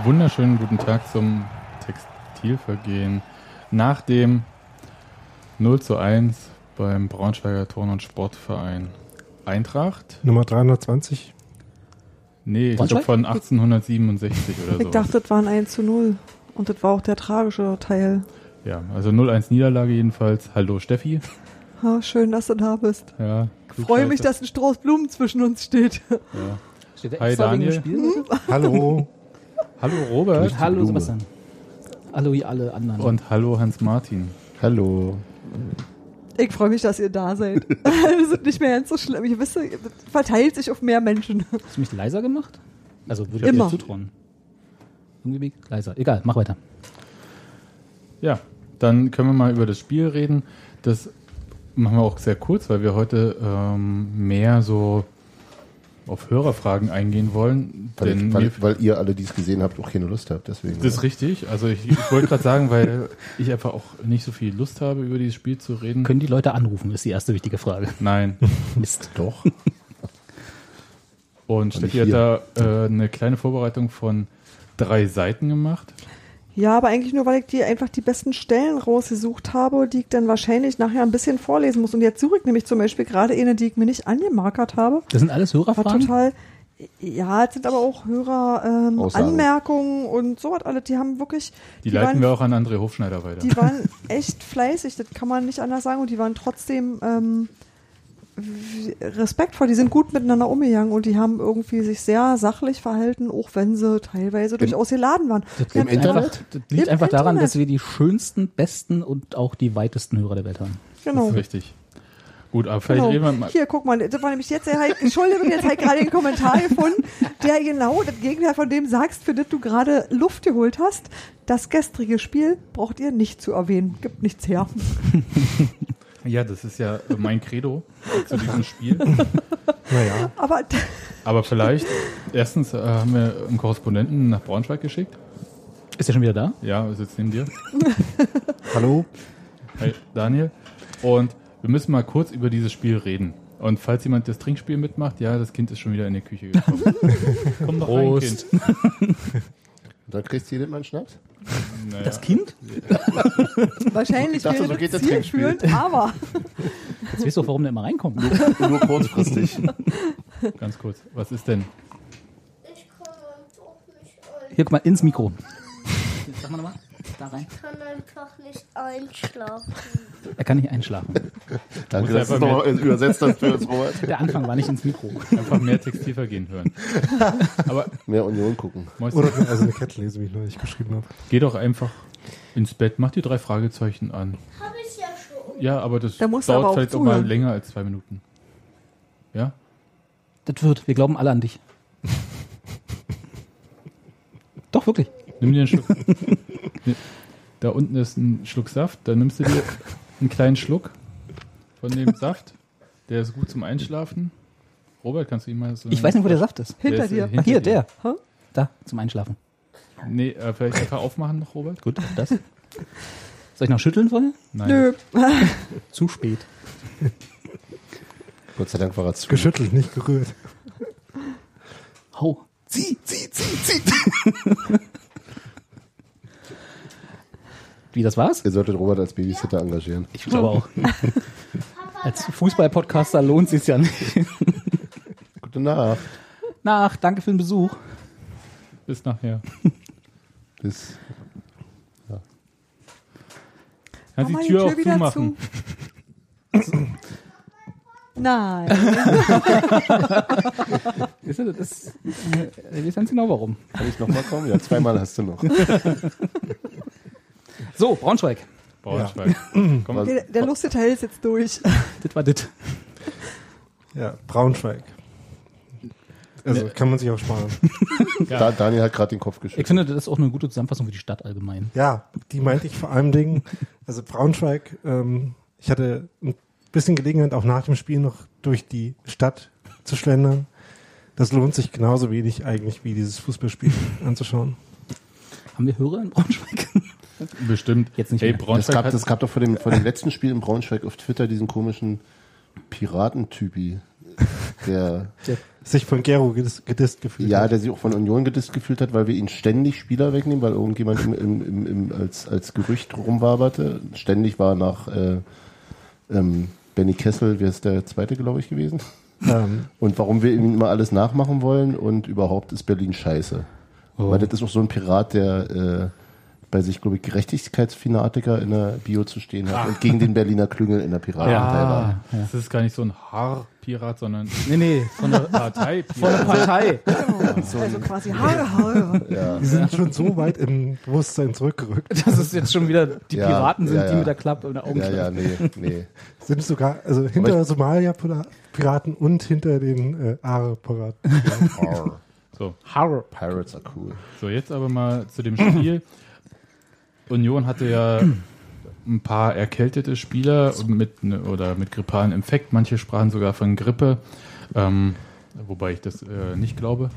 wunderschönen guten Tag zum Textilvergehen. Nach dem 0:1 beim Braunschweiger Turn- und Sportverein Eintracht. Nummer 320? Nee, ich glaube von 1867 oder so. Ich dachte, das war ein 1:0. Und das war auch der tragische Teil. Ja, also 0:1 Niederlage jedenfalls. Hallo Steffi. Ha, schön, dass du da bist. Ja, Ich freue mich, dass ein Strauß Blumen zwischen uns steht. Ja. Steht der Hi, extra wegen dem Daniel. Spiel? Hallo. Hallo Robert. Und hallo Sebastian. Hallo ihr alle anderen. Und hallo Hans-Martin. Hallo. Ich freue mich, dass ihr da seid. Wir sind nicht mehr ganz so schlimm. Ihr wisst, das verteilt sich auf mehr Menschen. Hast du mich leiser gemacht? Also würde ich Immer. dir zutrauen. Irgendwie leiser. Egal, mach weiter. Ja, dann können wir mal über das Spiel reden. Das machen wir auch sehr kurz, weil wir heute mehr so auf Hörerfragen eingehen wollen. Weil ihr alle, die es gesehen habt, auch keine Lust habt. Deswegen, Das ist richtig. Also ich wollte gerade sagen, weil ich einfach auch nicht so viel Lust habe, über dieses Spiel zu reden. Können die Leute anrufen, ist die erste wichtige Frage. Nein. Mist. Doch. Und Steffi hat da eine kleine Vorbereitung von 3 Seiten gemacht. Ja, aber eigentlich nur, weil ich dir einfach die besten Stellen rausgesucht habe, die ich dann wahrscheinlich nachher ein bisschen vorlesen muss. Und jetzt suche ich nämlich zum Beispiel gerade eine, die ich mir nicht angemarkert habe. Das sind alles War Hörerfragen? total. Ja, es sind aber auch Aussagen. Anmerkungen und so was alles. Die haben wirklich. Die leiten waren, wir auch an André Hofschneider weiter. Die waren echt fleißig, das kann man nicht anders sagen. Und die waren trotzdem respektvoll. Die sind gut miteinander umgegangen und die haben irgendwie sich sehr sachlich verhalten, auch wenn sie teilweise durchaus geladen waren. Das Im liegt Internet? Das liegt Im einfach daran, Internet. dass wir die schönsten, besten und auch die weitesten Hörer der Welt haben. Genau. Das ist richtig. Gut, aber vielleicht Genau. reden wir mal. Hier, guck mal, das war nämlich jetzt, Entschuldigung, jetzt halt gerade den Kommentar gefunden, der genau das Gegenteil von dem sagst, für das du gerade Luft geholt hast. Das gestrige Spiel braucht ihr nicht zu erwähnen. Gibt nichts her. Ja, das ist ja mein Credo zu diesem Spiel. Naja. Aber vielleicht, erstens haben wir einen Korrespondenten nach Braunschweig geschickt. Ist der schon wieder da? Ja, sitzt neben dir. Hallo. Hey, Daniel. Und wir müssen mal kurz über dieses Spiel reden. Und falls jemand das Trinkspiel mitmacht, ja, das Kind ist schon wieder in die Küche gekommen. Komm doch rein, Kind. Und dann kriegst du jedes Mal einen Schnaps? Naja. Das Kind? wahrscheinlich Ich dachte, wäre so geht das das Trinkspiel. zielführend, aber Jetzt weißt du auch, warum der immer reinkommt. Nur kurzfristig. Ganz kurz, was ist denn? Ich kann einfach nicht Hier, guck mal, ins Mikro. Sag mal nochmal. Da rein. Ich kann einfach nicht einschlafen. Er kann nicht einschlafen. Danke, Muss dass du es einfach nochmal übersetzt hast für uns, Robert. Der Anfang war nicht ins Mikro. Einfach mehr Textilvergehen hören. Aber Mehr Union gucken. Mäuschen, Oder also eine Kettlese, wie ich neulich geschrieben habe. geh doch einfach ins Bett, mach die 3 Fragezeichen an. Habe ich ja schon. Ja, aber das Da musst du aber dauert auch vielleicht auch mal zuhören. länger als 2 Minuten. Ja? Das wird. Wir glauben alle an dich. Doch, wirklich. Nimm dir einen Schluck. Da unten ist ein Schluck Saft, da nimmst du dir einen kleinen Schluck von dem Saft. Der ist gut zum Einschlafen. Robert, kannst du ihm mal so... Ich weiß nicht, wo der Saft ist. hinter ist, dir. hinter Ach, hier, dir. der. Da, zum Einschlafen. Nee, vielleicht einfach aufmachen noch, Robert? Gut, das. Soll ich noch schütteln vorher? Nein. Nö. Zu spät. Gott sei Dank war er zu. Geschüttelt, nicht gerührt. Hau. Zieh. Wie, das war's? Ihr solltet Robert als Babysitter engagieren. Ich glaube auch. Als Fußball-Podcaster lohnt sich's ja nicht. Gute Nacht. Danke für den Besuch. Bis nachher. Bis. Kannst Mach die mal Tür auch wieder zumachen. zu. Nein. Weißt du, das ich weiß ganz genau warum. Kann ich nochmal kommen? Ja, 2-mal hast du noch. So, Braunschweig. Braunschweig. Komm, Der lustige Teil ist jetzt durch. Das war das. Ja, Braunschweig. Also kann man sich auch sparen. Ja. Daniel hat gerade den Kopf Ich geschüttelt. finde, das ist auch eine gute Zusammenfassung für die Stadt allgemein. Ja, die meinte ich vor allem Dingen, also Braunschweig, ich hatte ein bisschen Gelegenheit, auch nach dem Spiel noch durch die Stadt zu schlendern. Das lohnt sich genauso wenig eigentlich, wie dieses Fußballspiel anzuschauen. Haben wir Hörer in Braunschweig? Bestimmt. Jetzt nicht Hey, mehr. Braunschweig Das gab doch vor dem letzten Spiel in Braunschweig auf Twitter diesen komischen Piratentypi. der sich von Gero gedisst gefühlt ja, hat. der sich auch von Union gedisst gefühlt hat, weil wir ihn ständig Spieler wegnehmen, weil irgendjemand als Gerücht rumwaberte. Ständig war nach Benny Kessel, wer ist der zweite, glaube ich, gewesen? Und warum wir ihm immer alles nachmachen wollen und überhaupt ist Berlin scheiße. Weil das ist auch so ein Pirat, der bei sich, glaube ich, Gerechtigkeitsfanatiker in der Bio zu stehen hat und gegen den Berliner Klüngel in der Piratenpartei war. Das ist gar nicht so ein Haarpirat, sondern Nee, von der Partei. Partei. Also quasi Haare. Ja. Die sind schon so weit im Bewusstsein zurückgerückt. Dass es jetzt schon wieder die Ja, Piraten sind, ja, die ja. mit der Klappe in der Augenklappe. Nee. Sind sogar, also hinter Somalia-Piraten und hinter den Aare-Piraten. Arr. So. Harr. Pirates are cool. So, jetzt aber mal zu dem Spiel. Union hatte ja ein paar erkältete Spieler mit grippalen Infekt. Manche sprachen sogar von Grippe, wobei ich das nicht glaube.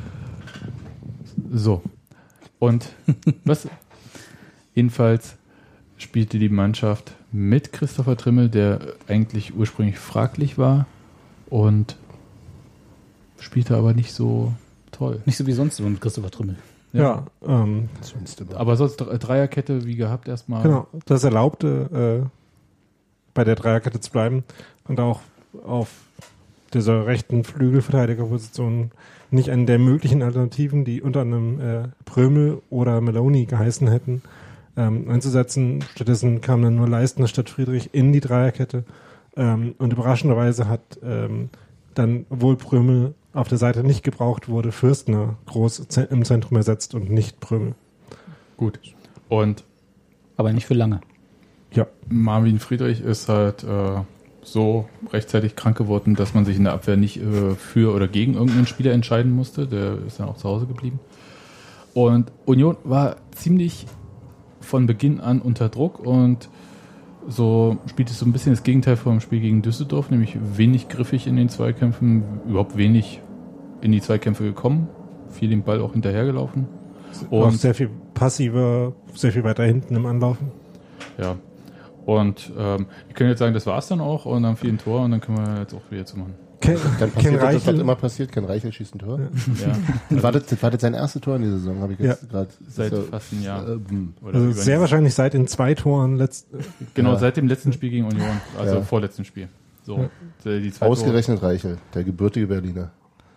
So. Und was? Jedenfalls spielte die Mannschaft mit Christopher Trimmel, der eigentlich ursprünglich fraglich war und spielte aber nicht so toll. Nicht so wie sonst so mit Christopher Trimmel. Ja, Aber sonst Dreierkette wie gehabt erstmal. genau. Das erlaubte, bei der Dreierkette zu bleiben und auch auf dieser rechten Flügelverteidigerposition nicht eine der möglichen Alternativen, die unter anderem Prömel oder Meloni geheißen hätten, einzusetzen. Stattdessen kam dann nur Leistner statt Friedrich in die Dreierkette. Und überraschenderweise hat dann, obwohl Prömel auf der Seite nicht gebraucht wurde, Fürstner groß im Zentrum ersetzt und nicht Prömel. Gut. Und Aber nicht für lange. Ja. Marvin Friedrich ist halt so rechtzeitig krank geworden, dass man sich in der Abwehr nicht für oder gegen irgendeinen Spieler entscheiden musste. Der ist dann auch zu Hause geblieben. Und Union war ziemlich von Beginn an unter Druck und so spielt es so ein bisschen das Gegenteil vom Spiel gegen Düsseldorf, nämlich wenig griffig in den Zweikämpfen, überhaupt wenig in die Zweikämpfe gekommen, viel den Ball auch hinterhergelaufen. Auch Und sehr viel passiver, sehr viel weiter hinten im Anlaufen. ja, und wir können jetzt sagen, das war's dann auch und dann 4 Tor und dann können wir jetzt auch wieder zumachen. Ken Dann passiert das, was Reichel, immer passiert. Ken Reichel schießt ein Tor. Ja, War das sein erstes Tor in der Saison? Habe ich jetzt gerade seit fast einem Jahr. Oder also über sehr wahrscheinlich seit den 2 Toren Genau, Ja. seit dem letzten Spiel gegen Union, also Ja. vorletzten Spiel. So, die 2 ausgerechnet Reichel, der gebürtige Berliner.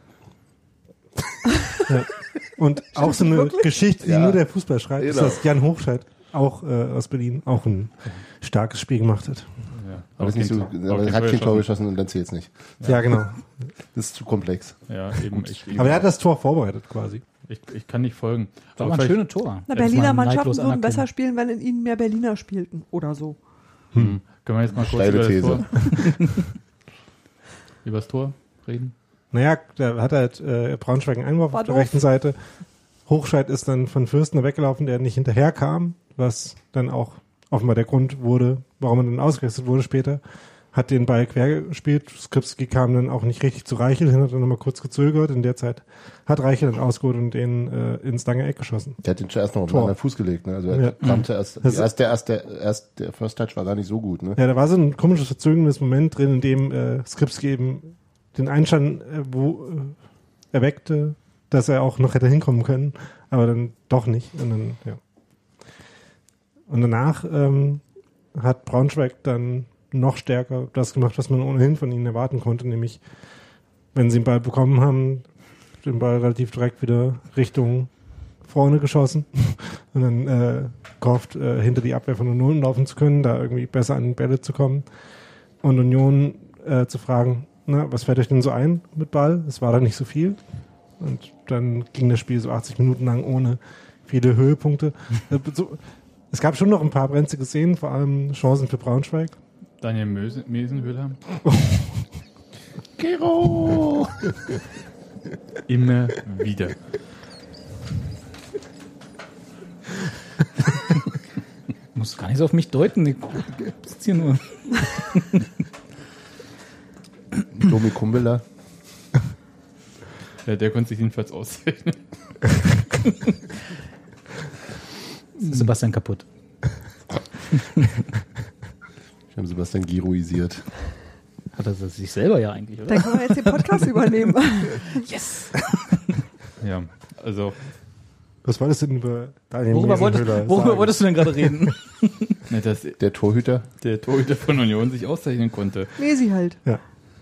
und auch so eine Geschichte, die Ja. nur der Fußball schreibt, ist, Genau. dass Jan Hochscheid auch aus Berlin auch ein starkes Spiel gemacht hat. Ja, Aber das ist nicht so, aber er hat kein Tor geschossen und dann zählt's nicht. Ja, genau. Das ist zu komplex. Ja, eben. Aber er hat das Tor vorbereitet quasi. Ich kann nicht folgen. War Aber ein vielleicht- schönes Tor. Na, Das Berliner man Mannschaften neidlos würden anerkennen. besser spielen, wenn in ihnen mehr Berliner spielten. Oder so. Können wir jetzt mal kurz Steile über das, These. Tor, über das Tor reden? Naja, da hat halt Braunschweig einen Einwurf War auf der doof. rechten Seite. Hochscheid ist dann von Fürstner weggelaufen, der nicht hinterherkam, was dann auch offenbar der Grund wurde, warum er dann ausgewechselt wurde später. Hat den Ball quer gespielt. Skripski kam dann auch nicht richtig zu Reichel hin, hat dann nochmal kurz gezögert. In der Zeit hat Reichel dann ausgeholt und den ins lange Eck geschossen. Der hat den zuerst noch auf den Tor. anderen Fuß gelegt. Ne? Also er Ja. kam zuerst, der First Touch war gar nicht so gut. Ne? Ja, da war so ein komisches, verzögendes Moment drin, in dem Skripski eben den Einstand erweckte, dass er auch noch hätte hinkommen können, aber dann doch nicht. Und dann, ja. Und danach hat Braunschweig dann noch stärker das gemacht, was man ohnehin von ihnen erwarten konnte, nämlich, wenn sie den Ball bekommen haben, den Ball relativ direkt wieder Richtung vorne geschossen und dann gehofft, hinter die Abwehr von Union laufen zu können, da irgendwie besser an die Bälle zu kommen und Union zu fragen, na, was fällt euch denn so ein mit Ball? Es war da nicht so viel und dann ging das Spiel so 80 Minuten lang ohne viele Höhepunkte. Es gab schon noch ein paar brenzlige Szenen, vor allem Chancen für Braunschweig. Daniel Mesenhöhler. Gero! Immer wieder. Du musst gar nicht so auf mich deuten. Ich sitze hier nur. Domi Kumbela. Ja, der konnte sich jedenfalls auszeichnen. Sebastian kaputt. Ich habe Sebastian Giroisiert. Hat er sich selber ja eigentlich, oder? Dann können wir jetzt den Podcast übernehmen. Yes! Ja, also Was war das denn über Daniel Worüber Miesenhöhler wolltest du denn gerade reden? ne, dass Der Torhüter. der Torhüter von Union sich auszeichnen konnte. Mesi halt. Ja.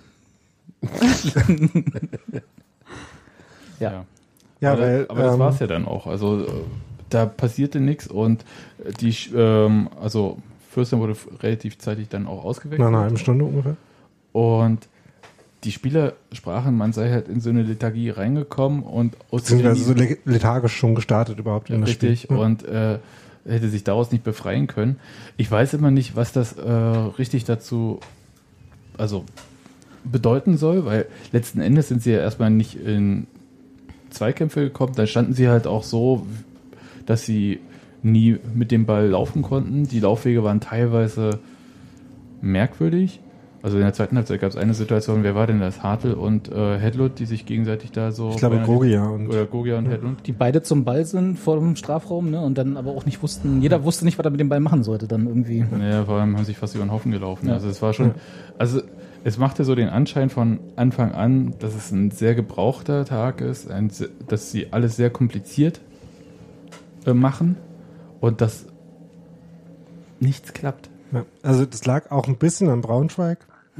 Ja. Ja, aber das war's ja dann auch. Also da passierte nichts und die, also Fürsten wurde relativ zeitig dann auch ausgewechselt. nach einer halben Stunde ungefähr. Und die Spieler sprachen, man sei halt in so eine Lethargie reingekommen und aus Beziehungsweise so lethargisch schon gestartet überhaupt in das richtig Spiel. Ja. und hätte sich daraus nicht befreien können. Ich weiß immer nicht, was das richtig dazu also bedeuten soll, weil letzten Endes sind sie ja erstmal nicht in Zweikämpfe gekommen, dann standen sie halt auch so, dass sie nie mit dem Ball laufen konnten. Die Laufwege waren teilweise merkwürdig. Also in der zweiten Halbzeit gab es eine Situation, wer war denn das? Hartl und Hedlund, die sich gegenseitig da so... Ich glaube Gogia und Hedlund. Die beide zum Ball sind vor dem Strafraum, ne? Und dann aber auch nicht wussten, jeder wusste nicht, was er mit dem Ball machen sollte, dann irgendwie. Ja, vor allem haben sich fast über den Haufen gelaufen. Ja. Also es war schon... Also es machte so den Anschein von Anfang an, dass es ein sehr gebrauchter Tag ist, dass sie alles sehr kompliziert machen und dass nichts klappt. Ja, also das lag auch ein bisschen an Braunschweig,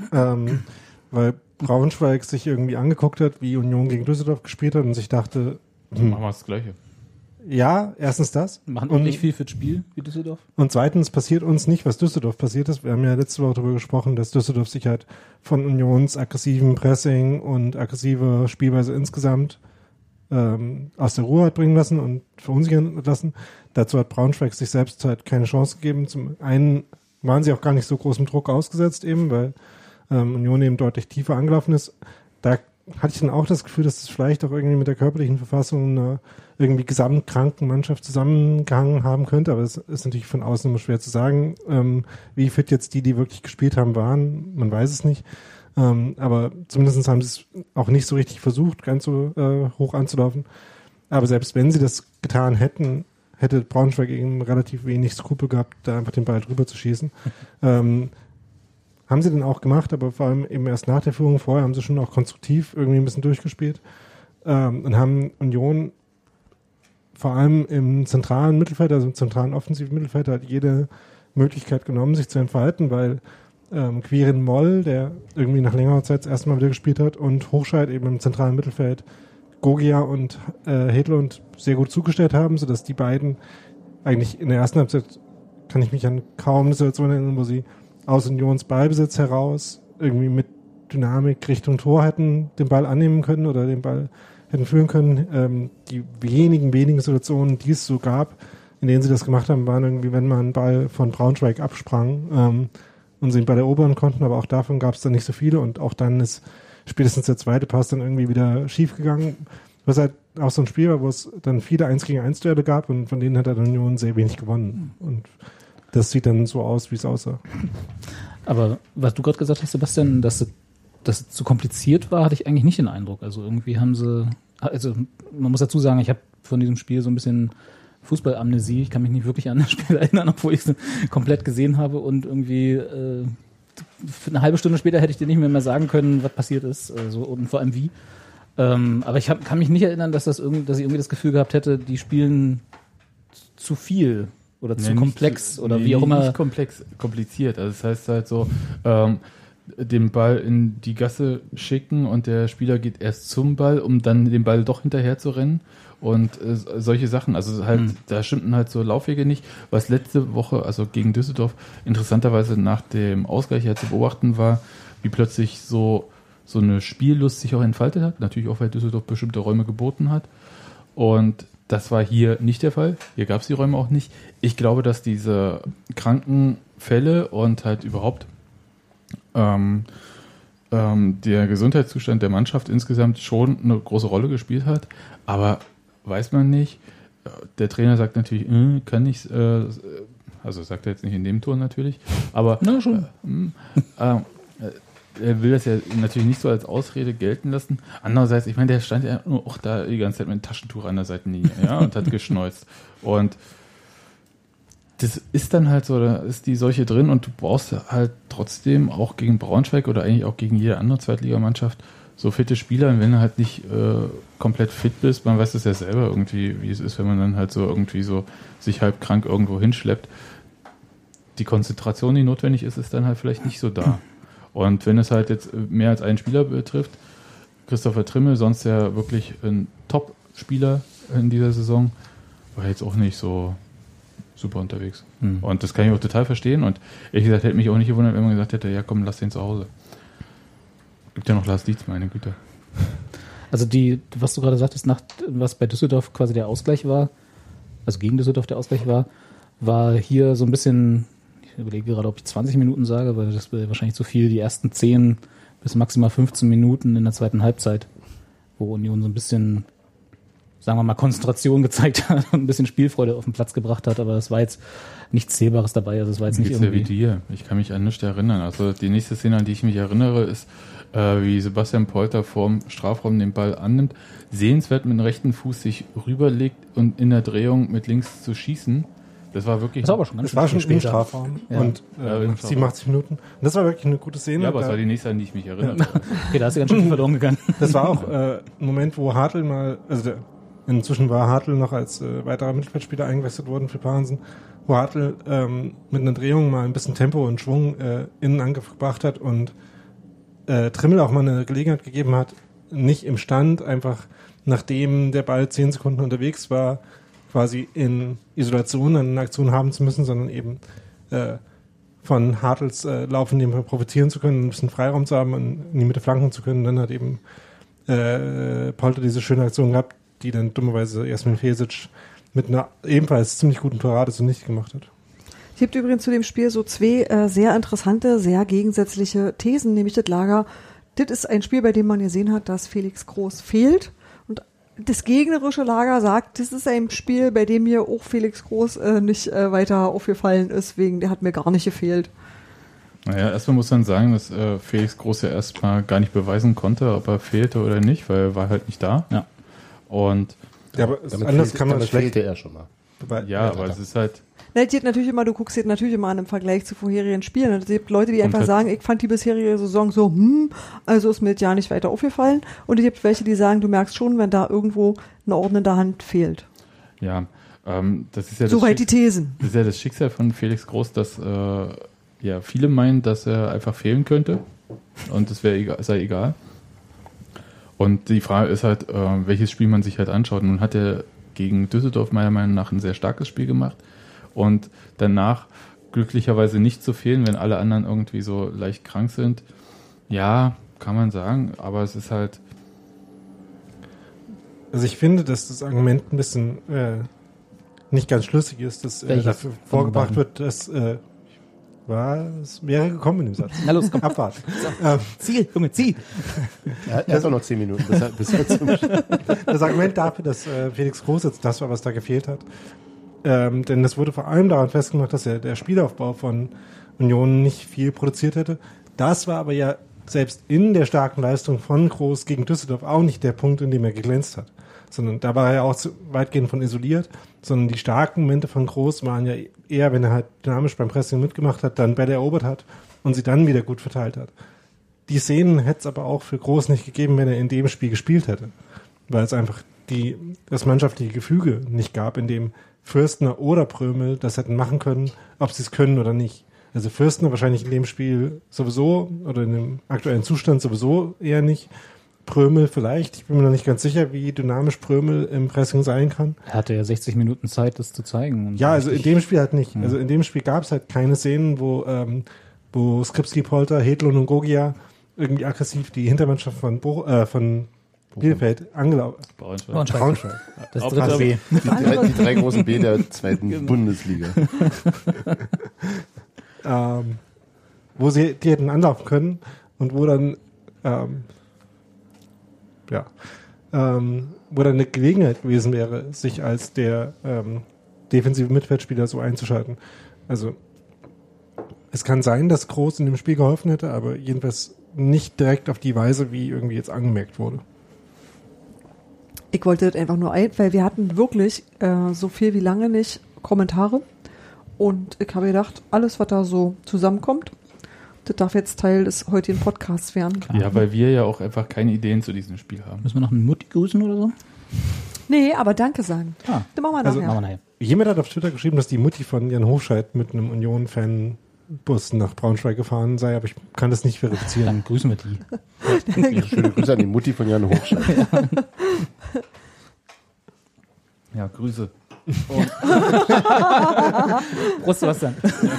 weil Braunschweig sich irgendwie angeguckt hat, wie Union gegen Düsseldorf gespielt hat und sich dachte, Machen wir das Gleiche. ja, erstens das. Machen und, nicht viel fürs Spiel wie Düsseldorf. und zweitens passiert uns nicht, was Düsseldorf passiert ist. Wir haben ja letzte Woche darüber gesprochen, dass Düsseldorf sich halt von Unions aggressivem Pressing und aggressiver Spielweise insgesamt aus der Ruhe hat bringen lassen und verunsichern lassen. Dazu hat Braunschweig sich selbst halt keine Chance gegeben. Zum einen waren sie auch gar nicht so großem Druck ausgesetzt eben, weil Union eben deutlich tiefer angelaufen ist. Da hatte ich dann auch das Gefühl, dass es vielleicht auch irgendwie mit der körperlichen Verfassung einer irgendwie gesamtkranken Mannschaft zusammengehangen haben könnte, aber es ist natürlich von außen immer schwer zu sagen, wie fit jetzt die wirklich gespielt haben, waren. Man weiß es nicht. Aber zumindest haben sie es auch nicht so richtig versucht, ganz so hoch anzulaufen. Aber selbst wenn sie das getan hätten, hätte Braunschweig eben relativ wenig Skrupel gehabt, da einfach den Ball drüber zu schießen. Haben sie dann auch gemacht, aber vor allem eben erst nach der Führung. Vorher haben sie schon auch konstruktiv irgendwie ein bisschen durchgespielt und haben Union vor allem im zentralen Mittelfeld, also im zentralen offensiven Mittelfeld, hat jede Möglichkeit genommen, sich zu entfalten, weil Quirin Moll, der irgendwie nach längerer Zeit das erste Mal wieder gespielt hat, und Hochscheid eben im zentralen Mittelfeld Gogia und Hedlund sehr gut zugestellt haben, sodass die beiden eigentlich in der ersten Halbzeit, kann ich mich an kaum eine Situation erinnern, wo sie aus Unions Ballbesitz heraus irgendwie mit Dynamik Richtung Tor hätten den Ball annehmen können oder den Ball hätten führen können. Die wenigen Situationen, die es so gab, in denen sie das gemacht haben, waren irgendwie, wenn man einen Ball von Braunschweig absprang und sie den Ball erobern konnten, aber auch davon gab es dann nicht so viele und auch dann ist spätestens der zweite Pass dann irgendwie wieder schief gegangen, was halt auch so ein Spiel war, wo es dann viele 1-gegen-1 Duelle gab und von denen hat der Union sehr wenig gewonnen und das sieht dann so aus, wie es aussah. Aber was du gerade gesagt hast, Sebastian, dass es zu kompliziert war, hatte ich eigentlich nicht den Eindruck. Also irgendwie haben sie, also man muss dazu sagen, ich habe von diesem Spiel so ein bisschen Fußballamnesie. Ich kann mich nicht wirklich an das Spiel erinnern, obwohl ich es komplett gesehen habe und irgendwie eine halbe Stunde später hätte ich dir nicht mehr sagen können, was passiert ist und vor allem wie. Aber ich kann mich nicht erinnern, dass ich irgendwie das Gefühl gehabt hätte, die spielen zu viel oder zu komplex oder wie auch immer. Nicht kompliziert. Also das heißt halt so, den Ball in die Gasse schicken und der Spieler geht erst zum Ball, um dann den Ball doch hinterher zu rennen und solche Sachen. Also halt, da stimmten halt so Laufwege nicht. Was letzte Woche, also gegen Düsseldorf, interessanterweise nach dem Ausgleich ja zu beobachten war, wie plötzlich so eine Spiellust sich auch entfaltet hat. Natürlich auch, weil Düsseldorf bestimmte Räume geboten hat. Und das war hier nicht der Fall. Hier gab es die Räume auch nicht. Ich glaube, dass diese Krankenfälle und halt überhaupt der Gesundheitszustand der Mannschaft insgesamt schon eine große Rolle gespielt hat. Aber weiß man nicht. Der Trainer sagt natürlich, kann nicht, also sagt er jetzt nicht in dem Ton natürlich, aber schon. Er will das ja natürlich nicht so als Ausrede gelten lassen. Andererseits, ich meine, der stand ja auch da die ganze Zeit mit einem Taschentuch an der Seitenlinie, ja, und hat geschneuzt. Und das ist dann halt so, da ist die Seuche drin und du brauchst halt trotzdem auch gegen Braunschweig oder eigentlich auch gegen jede andere Zweitligamannschaft so fitte Spieler. Und wenn du halt nicht komplett fit bist, man weiß es ja selber irgendwie, wie es ist, wenn man dann halt so irgendwie so sich halb krank irgendwo hinschleppt. Die Konzentration, die notwendig ist, ist dann halt vielleicht nicht so da. Und wenn es halt jetzt mehr als einen Spieler betrifft, Christopher Trimmel, sonst ja wirklich ein Top-Spieler in dieser Saison, war jetzt auch nicht so super unterwegs. Und das kann ich auch total verstehen. Und ehrlich gesagt, hätte mich auch nicht gewundert, wenn man gesagt hätte, ja komm, lass den zu Hause. Gibt ja noch Lars Dietz, meine Güte. Also was du gerade sagtest, was bei Düsseldorf quasi der Ausgleich war, also gegen Düsseldorf der Ausgleich war hier so ein bisschen, ich überlege gerade, ob ich 20 Minuten sage, weil das wäre wahrscheinlich zu viel, die ersten 10 bis maximal 15 Minuten in der zweiten Halbzeit, wo Union so ein bisschen, sagen wir mal, Konzentration gezeigt hat und ein bisschen Spielfreude auf den Platz gebracht hat, aber es war jetzt nichts Zählbares dabei, also es war jetzt nicht irgendwie... Ja wie dir. Ich kann mich an nichts erinnern. Also die nächste Szene, an die ich mich erinnere, ist, wie Sebastian Polter vorm Strafraum den Ball annimmt, sehenswert mit dem rechten Fuß sich rüberlegt und in der Drehung mit links zu schießen. Das war wirklich... Das war aber schon ganz Das war schon später. im Strafraum und 87 Minuten. Und das war wirklich eine gute Szene. Ja, aber es war die nächste, an die ich mich erinnere. Okay, da ist ja ganz schön viel verloren gegangen. Das war auch ein Moment, wo Hartl inzwischen war Hartl noch als weiterer Mittelfeldspieler eingewechselt worden für Parensen, wo Hartl mit einer Drehung mal ein bisschen Tempo und Schwung in den Angriff gebracht hat und Trimmel auch mal eine Gelegenheit gegeben hat, nicht im Stand, einfach nachdem der Ball 10 Sekunden unterwegs war, quasi in Isolation eine Aktion haben zu müssen, sondern eben von Hartls Lauf in dem Fall profitieren zu können, ein bisschen Freiraum zu haben und in die Mitte flanken zu können. Dann hat eben Polter diese schöne Aktion gehabt, die dann dummerweise Jasmin Fesic mit einer ebenfalls ziemlich guten Parade so nicht gemacht hat. Es gibt übrigens zu dem Spiel so zwei sehr interessante, sehr gegensätzliche Thesen, nämlich das Lager, das ist ein Spiel, bei dem man gesehen hat, dass Felix Groß fehlt. Und das gegnerische Lager sagt, das ist ein Spiel, bei dem mir auch Felix Groß nicht weiter aufgefallen ist, wegen der hat mir gar nicht gefehlt. Naja, erstmal muss man sagen, dass Felix Groß ja erstmal gar nicht beweisen konnte, ob er fehlte oder nicht, weil er war halt nicht da. Ja. Und Ja, aber anders kann man damit schlecht. fehlte er schon mal. aber es ist halt... Na, das natürlich immer, du guckst jetzt natürlich immer an im Vergleich zu vorherigen Spielen. Es gibt Leute, die einfach halt sagen, ich fand die bisherige Saison so, also ist mir jetzt ja nicht weiter aufgefallen. Und es gibt welche, die sagen, du merkst schon, wenn da irgendwo eine ordnende Hand fehlt. Ja, das ist ja Soweit die Thesen. Das ist ja das Schicksal von Felix Groß, dass viele meinen, dass er einfach fehlen könnte und das sei egal. Und die Frage ist halt, welches Spiel man sich halt anschaut. Nun hat er gegen Düsseldorf meiner Meinung nach ein sehr starkes Spiel gemacht und danach glücklicherweise nicht zu fehlen, wenn alle anderen irgendwie so leicht krank sind. Ja, kann man sagen, aber es ist halt... Also ich finde, dass das Argument ein bisschen nicht ganz schlüssig ist, dass dafür vorgebracht wird, dass es wäre gekommen in dem Satz. Na los, komm. Abwarten. Zieh, Junge, zieh. Er hat doch noch 10 Minuten, bis er zum Das Argument dafür, dass Felix Groß jetzt das war, was da gefehlt hat. Denn das wurde vor allem daran festgemacht, dass der Spielaufbau von Union nicht viel produziert hätte. Das war aber ja selbst in der starken Leistung von Groß gegen Düsseldorf auch nicht der Punkt, in dem er geglänzt hat. Sondern da war er ja auch weitgehend von isoliert, sondern die starken Momente von Groß waren ja eher, wenn er halt dynamisch beim Pressing mitgemacht hat, dann Bälle erobert hat und sie dann wieder gut verteilt hat. Die Szenen hätte es aber auch für Groß nicht gegeben, wenn er in dem Spiel gespielt hätte. Weil es einfach das mannschaftliche Gefüge nicht gab, in dem Fürstner oder Prömel das hätten machen können, ob sie es können oder nicht. Also Fürstner wahrscheinlich in dem Spiel sowieso oder in dem aktuellen Zustand sowieso eher nicht. Prömel vielleicht. Ich bin mir noch nicht ganz sicher, wie dynamisch Prömel im Pressing sein kann. Er hatte ja 60 Minuten Zeit, das zu zeigen. Und ja, also in dem Spiel halt nicht. Also in dem Spiel gab es halt keine Szenen, wo Skripski, Polter, Hedlund und Gogia irgendwie aggressiv die Hintermannschaft von Bielefeld angelaufen. Braunschweig. Das dritte B. Die drei großen B der zweiten Bundesliga. Wo die hätten anlaufen können und wo dann wo dann eine Gelegenheit gewesen wäre, sich als der defensive Mittelfeldspieler so einzuschalten. Also es kann sein, dass Groß in dem Spiel geholfen hätte, aber jedenfalls nicht direkt auf die Weise, wie irgendwie jetzt angemerkt wurde. Ich wollte das einfach nur weil wir hatten wirklich so viel wie lange nicht Kommentare Und ich habe gedacht, alles, was da so zusammenkommt, das darf jetzt Teil des heutigen Podcasts werden. Ja, weil wir ja auch einfach keine Ideen zu diesem Spiel haben. Müssen wir noch eine Mutti grüßen oder so? Nee, aber Danke sagen. Ah. Das machen wir Also, nachher. Machen wir nachher. Jemand hat auf Twitter geschrieben, dass die Mutti von Jan Hofscheid mit einem Union-Fan-Bus nach Braunschweig gefahren sei, aber ich kann das nicht verifizieren. Dann grüßen wir die. Ja, schöne Grüße an die Mutti von Jan Hochscheid. Ja, Grüße. Prost, Sebastian.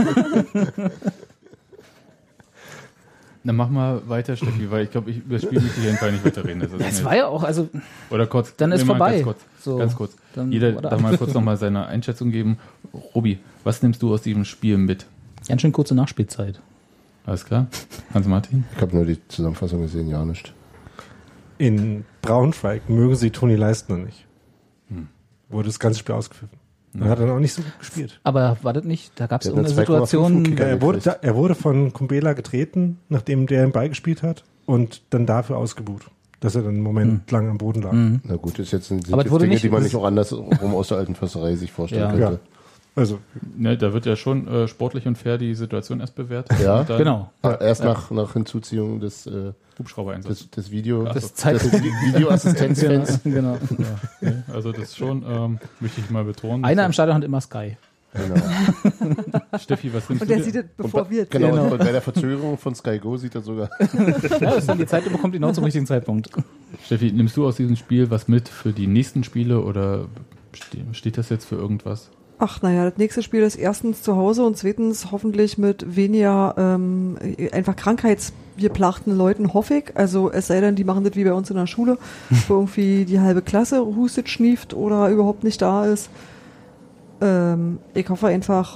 Dann mach mal weiter, Steffi, weil ich glaube, über das Spiel möchte ich einfach nicht weiterreden. Das ist Es nicht- war ja auch, also Oder kurz. Dann ist nee, mal vorbei. Ganz kurz. So, Ganz kurz. dann- Jeder oder- darf mal kurz nochmal seine Einschätzung geben. Robi, was nimmst du aus diesem Spiel mit? ganz schön kurze Nachspielzeit. Alles klar? Hans-Martin? Ich habe nur die Zusammenfassung gesehen, ja nicht. In Braunschweig mögen sie Toni Leistner nicht. Wurde das ganze Spiel ausgepfiffen. Er hat dann auch nicht so gut gespielt. Aber war das nicht, da gab es Der hat irgendeine eine 2,5 Situation, Kicker. Er wurde von Kumbela getreten, nachdem der den Ball gespielt hat und dann dafür ausgebuht, dass er dann einen Moment lang am Boden lag. Na gut, das jetzt sind Aber es jetzt wurde Dinge, nicht- die man nicht auch andersrum aus der alten Försterei sich vorstellen Ja. könnte. Ja. Also, Ne, da wird ja schon sportlich und fair die Situation erst bewertet. Ja. Und dann genau, Erst nach Hinzuziehung des Hubschrauber-Einsatz. Video, das des zeigt Videoassistenzfans. genau. Ja, ne, also das ist schon, möchte ich mal betonen. Einer im Stadion hat immer Sky. Genau. Steffi, was nimmst Und du der dir? sieht es, bevor wir Genau, erzählen. und bei der Verzögerung von Sky Go sieht er sogar. Ja, das ist dann die Zeit, bekommt genau zum richtigen Zeitpunkt. Steffi, nimmst du aus diesem Spiel was mit für die nächsten Spiele oder steht das jetzt für irgendwas? Ach, naja, das nächste Spiel ist erstens zu Hause und zweitens hoffentlich mit weniger einfach krankheitsgeplachten Leuten, hoffe ich. Also es sei denn, die machen das wie bei uns in der Schule, wo irgendwie die halbe Klasse hustet, schnieft oder überhaupt nicht da ist. Ich hoffe einfach,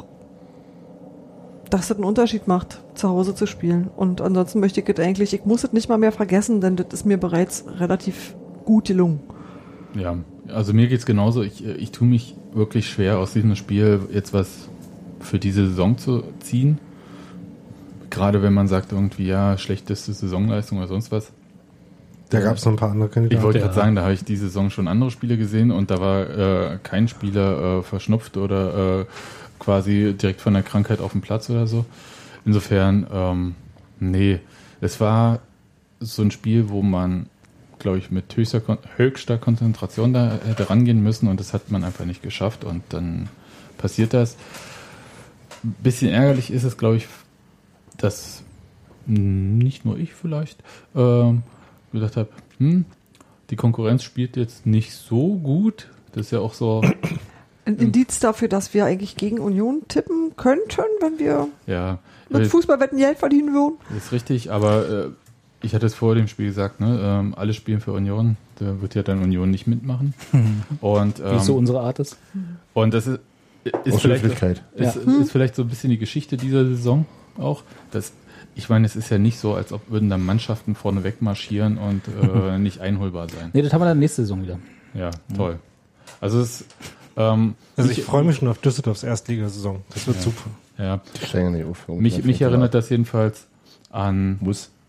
dass das einen Unterschied macht, zu Hause zu spielen. Und ansonsten möchte ich das eigentlich, ich muss es nicht mal mehr vergessen, denn das ist mir bereits relativ gut gelungen. Ja, also mir geht's genauso. Ich tue mich wirklich schwer, aus diesem Spiel jetzt was für diese Saison zu ziehen. Gerade wenn man sagt irgendwie, ja, schlechteste Saisonleistung oder sonst was. da gab es noch ein paar andere Ich Kandidaten. wollte Ja. gerade sagen, da habe ich diese Saison schon andere Spiele gesehen und da war kein Spieler verschnupft oder quasi direkt von der Krankheit auf dem Platz oder so. Insofern, nee, es war so ein Spiel, wo man, glaube ich, mit höchster Konzentration da hätte rangehen müssen und das hat man einfach nicht geschafft und dann passiert das. Ein bisschen ärgerlich ist es, glaube ich, dass nicht nur ich vielleicht gedacht habe, die Konkurrenz spielt jetzt nicht so gut. Das ist ja auch so, Ein Indiz dafür, dass wir eigentlich gegen Union tippen könnten, wenn wir ja, mit Fußballwetten Geld verdienen würden. ist richtig, aber ich hatte es vor dem Spiel gesagt, ne, alle spielen für Union, da wird ja dann Union nicht mitmachen. Und, Wie es so unsere Art ist. und das ist Aus vielleicht, Höflichkeit. ist vielleicht so ein bisschen die Geschichte dieser Saison auch. Ich meine, es ist ja nicht so, als ob würden da Mannschaften vorne wegmarschieren und nicht einholbar sein. Nee, das haben wir dann nächste Saison wieder. Ja, toll. Also es Also ich freue mich schon auf Düsseldorfs Erstligasaison. Das wird super. ja, Die steigen nicht auf. mich erinnert das jedenfalls an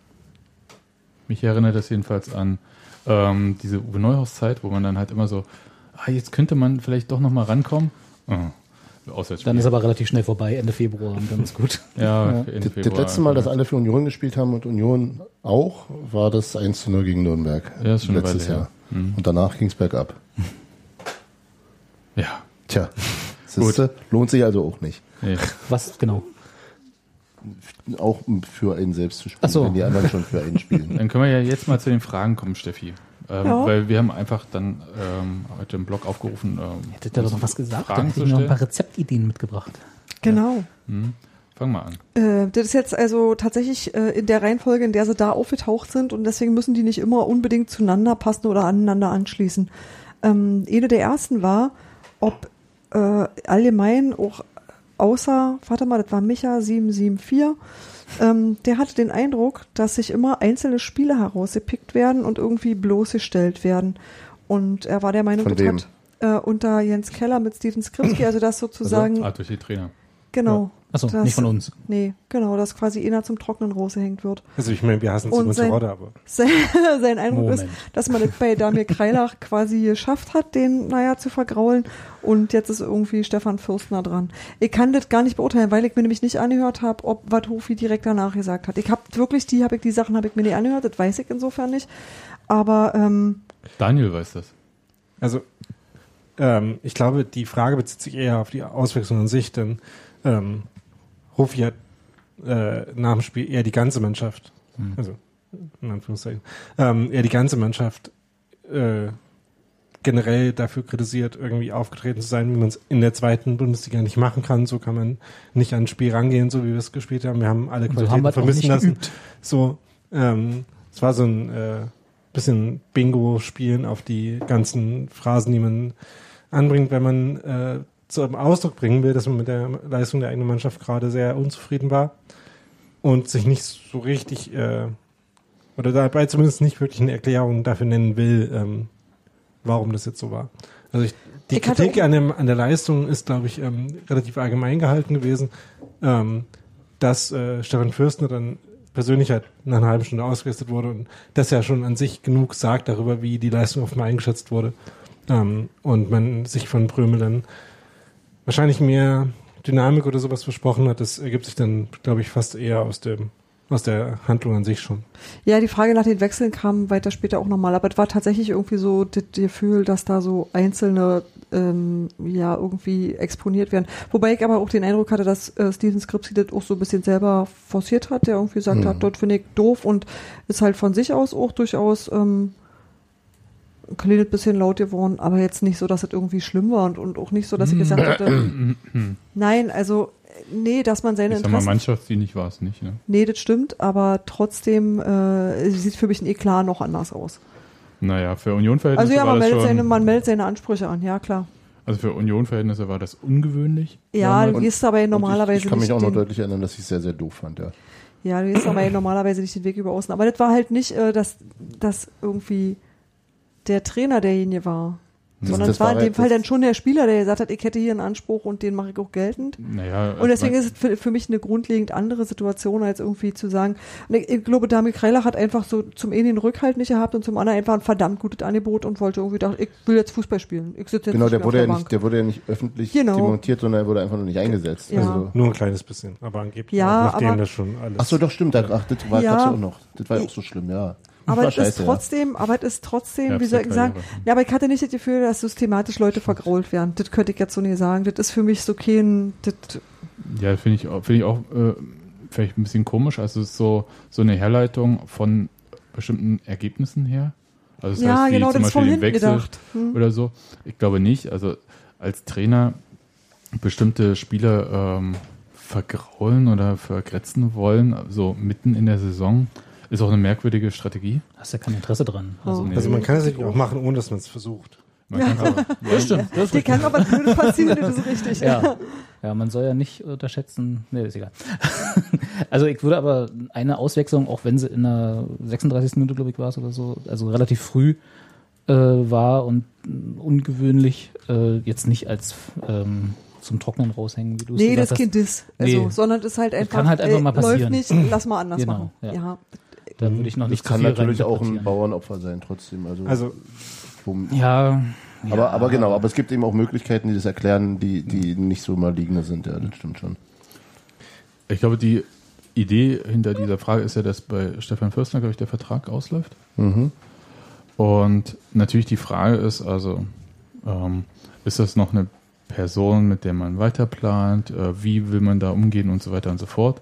diese Uwe Neuhaus-Zeit, wo man dann halt immer so, jetzt könnte man vielleicht doch nochmal rankommen. Auswärtsspiel. Dann ist aber relativ schnell vorbei, Ende Februar und dann ist gut. ja, Das letzte Mal, dass alle für Union gespielt haben und Union auch, war das 1:0 gegen Nürnberg. Ja, ist schon eine letztes Weile Jahr. her. Und danach ging es bergab. Ja, Tja, siehste, lohnt sich also auch nicht. nee. Was genau? Auch für einen selbst zu spielen, Ach so. wenn die anderen schon für einen spielen. Dann können wir ja jetzt mal zu den Fragen kommen, Steffi. Ja. Weil wir haben einfach dann heute im Blog aufgerufen, Hättet ihr doch noch was gesagt? Fragen Dann hätte zu ich noch ein stellen. paar Rezeptideen mitgebracht. Genau. Fang mal an. Das ist jetzt also tatsächlich in der Reihenfolge, in der sie da aufgetaucht sind und deswegen müssen die nicht immer unbedingt zueinander passen oder aneinander anschließen. Eine der ersten war, ob allgemein auch außer, warte mal, das war Micha 774, der hatte den Eindruck, dass sich immer einzelne Spiele herausgepickt werden und irgendwie bloßgestellt werden. Und er war der Meinung, Von das wem? hat unter Jens Keller mit Steven Skripski, also das sozusagen Durch die Trainer. Genau. Achso, Das- nicht von uns. Nee, genau, dass quasi einer zum Trocknen rausgehängt wird. Also ich meine, wir hassen Und Simon sein- Terodde, aber Sein Eindruck ist, Moment. dass man es bei Damir Kreilach quasi geschafft hat, den, zu vergraulen. Und jetzt ist irgendwie Stefan Fürstner dran. Ich kann das gar nicht beurteilen, weil ich mir nämlich nicht angehört habe, ob was Hofi direkt danach gesagt hat. Ich habe wirklich die Sachen habe ich mir nicht angehört, das weiß ich insofern nicht. Aber Daniel weiß das. also ich glaube, die Frage bezieht sich eher auf die Auswechslung an sich, denn Hofi hat nach dem Spiel eher die ganze Mannschaft, also in Anführungszeichen, eher die ganze Mannschaft generell dafür kritisiert, irgendwie aufgetreten zu sein, wie man es in der zweiten Bundesliga nicht machen kann. So kann man nicht ans Spiel rangehen, so wie wir es gespielt haben. Wir haben alle Und so Qualitäten haben wir es auch vermissen nicht lassen. geübt. So, es war so ein bisschen Bingo-Spielen auf die ganzen Phrasen, die man anbringt, wenn man zum Ausdruck bringen will, dass man mit der Leistung der eigenen Mannschaft gerade sehr unzufrieden war und sich nicht so richtig oder dabei zumindest nicht wirklich eine Erklärung dafür nennen will, warum das jetzt so war. Also die Ich hatte Kritik an der Leistung ist, glaube ich, relativ allgemein gehalten gewesen, dass Stefan Fürstner dann persönlich halt nach einer halben Stunde ausgerüstet wurde und das ja schon an sich genug sagt darüber, wie die Leistung offenbar eingeschätzt wurde. Und man sich von Prömel dann wahrscheinlich mehr Dynamik oder sowas versprochen hat. Das ergibt sich dann, glaube ich, fast eher aus der Handlung an sich schon. ja, die Frage nach den Wechseln kam weiter später auch nochmal. Aber es war tatsächlich irgendwie so das Gefühl, dass da so einzelne irgendwie exponiert werden. Wobei ich aber auch den Eindruck hatte, dass Steven Skripski das auch so ein bisschen selber forciert hat, der irgendwie gesagt hat, dort finde ich doof und ist halt von sich aus auch durchaus ein kleines bisschen laut geworden, aber jetzt nicht so, dass es irgendwie schlimm war und auch nicht so, dass ich gesagt hätte, nein, also nee, dass man seine Ich sag mal, Interessen... mannschaftsdienlich war es nicht. Ne? Nee, das stimmt, aber trotzdem sieht für mich ein Eklat noch anders aus. Naja, für Union-Verhältnisse Also ja, war das schon... man meldet seine Ansprüche an, ja klar. Also für Union-Verhältnisse war das ungewöhnlich. Ja, du damals. gehst dabei normalerweise ich kann mich nicht auch noch den, deutlich erinnern, dass ich es sehr, sehr doof fand, ja. ja, du gehst dabei normalerweise nicht den Weg über außen. Aber das war halt nicht, dass irgendwie der Trainer derjenige war. Sondern es war in dem Fall dann schon der Spieler, der gesagt hat, ich hätte hier einen Anspruch und den mache ich auch geltend. Naja, Und deswegen ist es für mich eine grundlegend andere Situation, als irgendwie zu sagen, und ich glaube, Damir Kreilach hat einfach so zum einen den Rückhalt nicht gehabt und zum anderen einfach ein verdammt gutes Angebot und wollte irgendwie dachten, ich will jetzt Fußball spielen. Ich sitze jetzt Genau, nicht der mehr wurde auf ja der nicht, Bank. der wurde ja nicht öffentlich Genau. demontiert, sondern er wurde einfach nur nicht eingesetzt. Ja. Also, Nur ein kleines bisschen, aber angeblich Ja, auch, nachdem aber- das schon alles... ach so, doch, stimmt. Das war Ja. gab's ja auch noch. Das war ja auch so schlimm, ja. Aber war es ist scheiße, trotzdem, wie Herbst soll der ich sagen, Karriere. ja, aber ich hatte nicht das Gefühl, dass systematisch Leute vergrault werden. Das könnte ich jetzt so nicht sagen. Das ist für mich so kein, Ja, finde ich auch vielleicht ein bisschen komisch. Also es ist so eine Herleitung von bestimmten Ergebnissen her. Also das ja, heißt, wie genau, zum das ist von Beispiel den hinten Wechsel gedacht. oder so. Ich glaube nicht. Also als Trainer bestimmte Spieler vergraulen oder vergrätzen wollen, so mitten in der Saison, ist auch eine merkwürdige Strategie. Hast ja kein Interesse dran. Also, Oh. Also man kann es natürlich auch machen, ohne dass man es versucht. Man kann aber, das stimmt. Das ist Die kann aber blöd passieren, das ist richtig. Ja. Ja, man soll ja nicht unterschätzen. Nee, ist egal. Also ich würde aber eine Auswechslung, auch wenn sie in der 36. Minute, glaube ich, war es oder so, also relativ früh war und ungewöhnlich, jetzt nicht als zum Trocknen raushängen, wie du es Nee, gesagt das hast. Kind ist. Also, Nee. sondern das ist halt einfach, kann halt einfach mal läuft passieren. nicht, lass mal anders Genau, machen. ja. Ja. Da würde ich noch Das nicht zu kann viel natürlich auch ein reininterpretieren. Bauernopfer sein, trotzdem. Also Ja. aber genau, aber es gibt eben auch Möglichkeiten, die das erklären, die nicht so maligne sind, ja, das stimmt schon. ich glaube, die Idee hinter dieser Frage ist ja, dass bei Stefan Fürstner, glaube ich, der Vertrag ausläuft. Und natürlich die Frage ist, also ist das noch eine Person, mit der man weiterplant? Wie will man da umgehen und so weiter und so fort?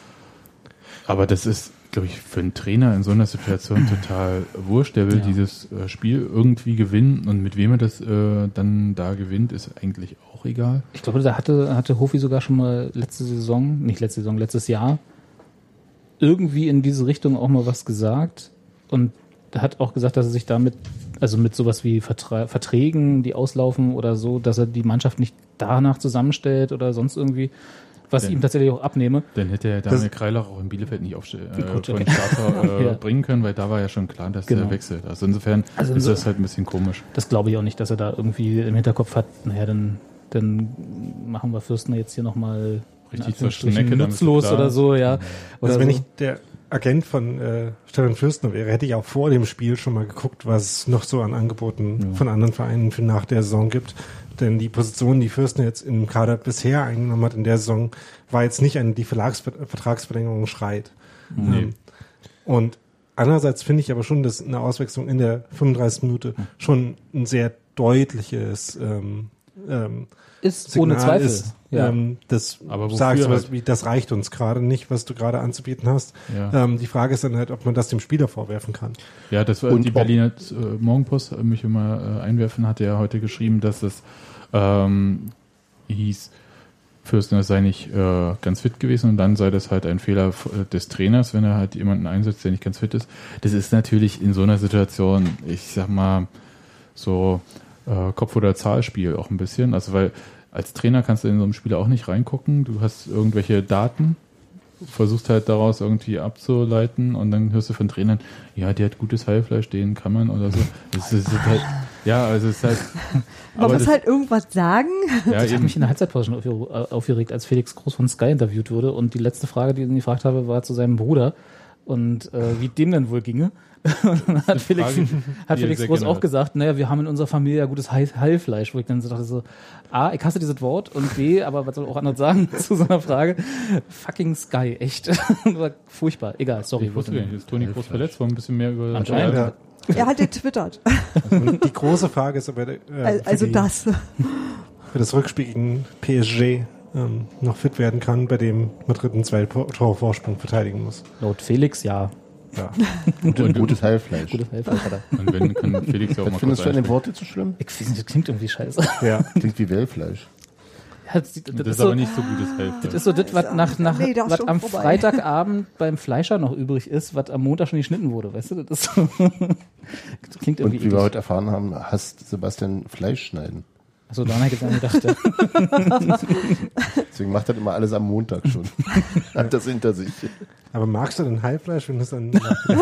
Aber das ist, glaube ich, für einen Trainer in so einer Situation total wurscht. Der will Ja. dieses Spiel irgendwie gewinnen und mit wem er das dann da gewinnt, ist eigentlich auch egal. Ich glaube, da hatte Hofi sogar schon mal letztes Jahr irgendwie in diese Richtung auch mal was gesagt und hat auch gesagt, dass er sich damit, also mit sowas wie Verträgen, die auslaufen oder so, dass er die Mannschaft nicht danach zusammenstellt oder sonst irgendwie, was Ja. ihm tatsächlich auch abnehme. Dann hätte er Daniel Kreilach auch in Bielefeld nicht Gut, von okay. Starter Ja. bringen können, weil da war ja schon klar, dass Genau. er wechselt. Also insofern Also ist das halt ein bisschen komisch. Das glaube ich auch nicht, dass er da irgendwie im Hinterkopf hat, naja, dann dann machen wir Fürstner jetzt hier nochmal Richtig zur Schnecke, nutzlos damit oder so, ja. Oder Also wenn so. ich der Agent von Stefan Fürstner wäre, hätte ich auch vor dem Spiel schon mal geguckt, was es noch so an Angeboten von anderen Vereinen für nach der Saison gibt. Denn die Position, die Fürstner jetzt im Kader bisher eingenommen hat in der Saison, war jetzt nicht eine, die Vertragsverlängerung schreit. Nee. Und andererseits finde ich aber schon, dass eine Auswechslung in der 35. Minute schon ein sehr deutliches ist Signal ohne Zweifel. ist, Ja. das Aber wofür sagst du halt? was wie, das reicht uns gerade nicht, was du gerade anzubieten hast. Ja. Die Frage ist dann halt, ob man das dem Spieler vorwerfen kann. Ja, das war Und die ob- Berliner Morgenpost, mich immer einwerfen, hatte ja heute geschrieben, dass es hieß, Fürstner sei nicht ganz fit gewesen und dann sei das halt ein Fehler des Trainers, wenn er halt jemanden einsetzt, der nicht ganz fit ist. Das ist natürlich in so einer Situation, ich sag mal, so Kopf- oder Zahlspiel auch ein bisschen. Also weil als Trainer kannst du in so einem Spiel auch nicht reingucken. Du hast irgendwelche Daten, versuchst halt daraus irgendwie abzuleiten und dann hörst du von Trainern, ja, der hat gutes Heilfleisch, den kann man oder so. Das ist halt, ja, also es ist halt. Man muss das- halt irgendwas sagen. ja, Ich habe eben. mich in der Halbzeitpause schon aufgeregt, als Felix Groß von Sky interviewt wurde und die letzte Frage, die ich ihn gefragt habe, war zu seinem Bruder und wie dem denn wohl ginge. Und dann hat Felix, Frage, hat die er Felix sehr Groß gerne auch hat. gesagt, naja, wir haben in unserer Familie ja gutes Heilfleisch, wo ich dann so dachte so, A, ich hasse dieses Wort und B, aber was soll ich auch anders sagen zu so einer Frage? Fucking Sky, echt. War furchtbar. Egal, sorry. Ich wusste gar nicht, ist Toni Groß verletzt, wollen ein bisschen mehr über Anscheinend. Ja. Er hat getwittert. Und die große Frage ist, ob er Also für das. für das Rückspiel gegen PSG noch fit werden kann, bei dem Madrid einen 2-Tor-Vorsprung verteidigen muss. Laut Felix, ja. Ja. Und gutes Heilfleisch. Gutes Heilfleisch hat er. Und wenn, kann Felix ja auch Was mal findest kurz du an den einspringen. Worten so schlimm? Ich weiß nicht, das klingt irgendwie scheiße. Ja. Klingt wie Wellfleisch. Ja, das Das ist ist so, aber nicht so gutes Heilfleisch. das ist so das, was Nee, da ist was schon am vorbei. Freitagabend beim Fleischer noch übrig ist, was am Montag schon geschnitten wurde, weißt du? Das, ist so, das klingt Und irgendwie wie wir eklig. heute erfahren haben, hasst Sebastian Fleisch schneiden. Achso, daran habe ich jetzt nicht gedacht. Deswegen macht er immer alles am Montag schon. Hat das hinter sich. Aber magst du denn Heilfleisch, wenn es dann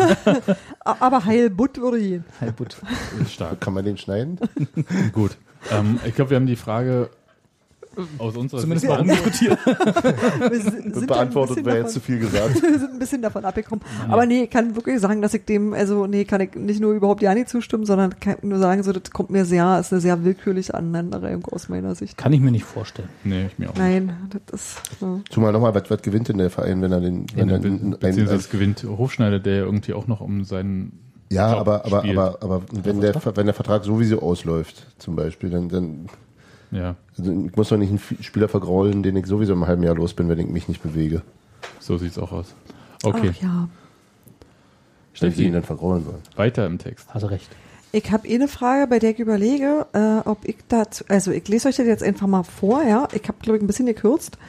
Aber Heilbutt würde gehen. Halbut. Stark. Kann man den schneiden? Gut. Ich glaube, wir haben die Frage aus unserer Zumindest Sicht mal umdiskutiert. Wir sind Beantwortet wäre jetzt zu viel gesagt. Wir sind ein bisschen davon abgekommen. Aber nee, ich kann wirklich sagen, dass ich dem, also nee, kann ich nicht nur überhaupt ja nicht zustimmen, sondern kann nur sagen, so, das kommt mir sehr, ist eine sehr willkürliche Aneinanderreihung aus meiner Sicht. Kann ich mir nicht vorstellen. Nee, ich mir auch Nein, das ist, ja. Zumal nochmal, was gewinnt denn der Verein, wenn er den, wenn er beziehungsweise es gewinnt Hofschneider, der ja irgendwie auch noch um seinen ja, Job aber spielt. wenn der Vertrag sowieso ausläuft, zum Beispiel, dann Ja, also ich muss doch nicht einen Spieler vergraulen, den ich sowieso im halben Jahr los bin, wenn ich mich nicht bewege. so sieht's auch aus. Okay, Ach ja. Wenn sie ihn Steffi, dann vergraulen wollen. weiter im Text. Hast du recht. Ich habe eine Frage, bei der ich überlege, ob ich dazu, also ich lese euch das jetzt einfach mal vor, ja. Ich habe, glaube ich, ein bisschen gekürzt.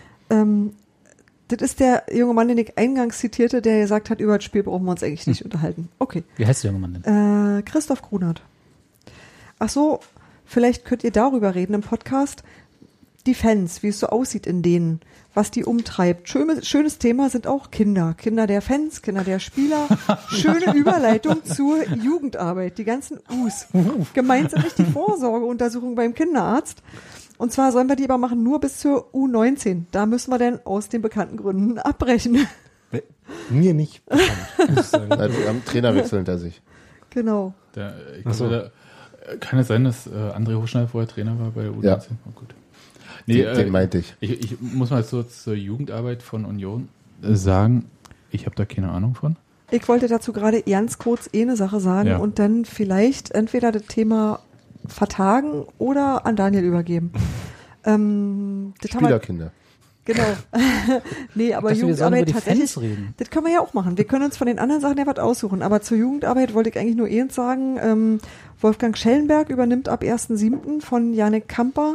Das ist der junge Mann, den ich eingangs zitierte, der gesagt hat, über das Spiel brauchen wir uns eigentlich nicht unterhalten. Okay. Wie heißt der junge Mann denn? Christoph Grunert. Ach so, vielleicht könnt ihr darüber reden im Podcast. Die Fans, wie es so aussieht in denen, was die umtreibt. Schönes Thema sind auch Kinder. Kinder der Fans, Kinder der Spieler. Schöne Überleitung zur Jugendarbeit. Die ganzen U's. Gemeint sind nicht die Vorsorgeuntersuchung beim Kinderarzt. Und zwar sollen wir die aber machen nur bis zur U19. Da müssen wir dann aus den bekannten Gründen abbrechen. mir nicht bekannt, muss ich sagen. Also, am Trainerwechsel hinter sich. Genau. Ich Ach so. glaube, kann es sein, dass André Hochschneider vorher Trainer war bei der U19? Ja. Oh, gut. Nee, Den meinte ich. ich muss mal so zur Jugendarbeit von Union sagen, ich habe da keine Ahnung von. Ich wollte dazu gerade ganz kurz eine Sache sagen Ja. und dann vielleicht entweder das Thema vertagen oder an Daniel übergeben. Das haben wir, Spielerkinder. genau. Nee, aber Ich dachte, wir sollen über Jugendarbeit die tatsächlich, Fans reden. das können wir ja auch machen. Wir können uns von den anderen Sachen ja was aussuchen. Aber zur Jugendarbeit wollte ich eigentlich nur eins sagen. Wolfgang Schellenberg übernimmt ab 1.7. von Janik Kamper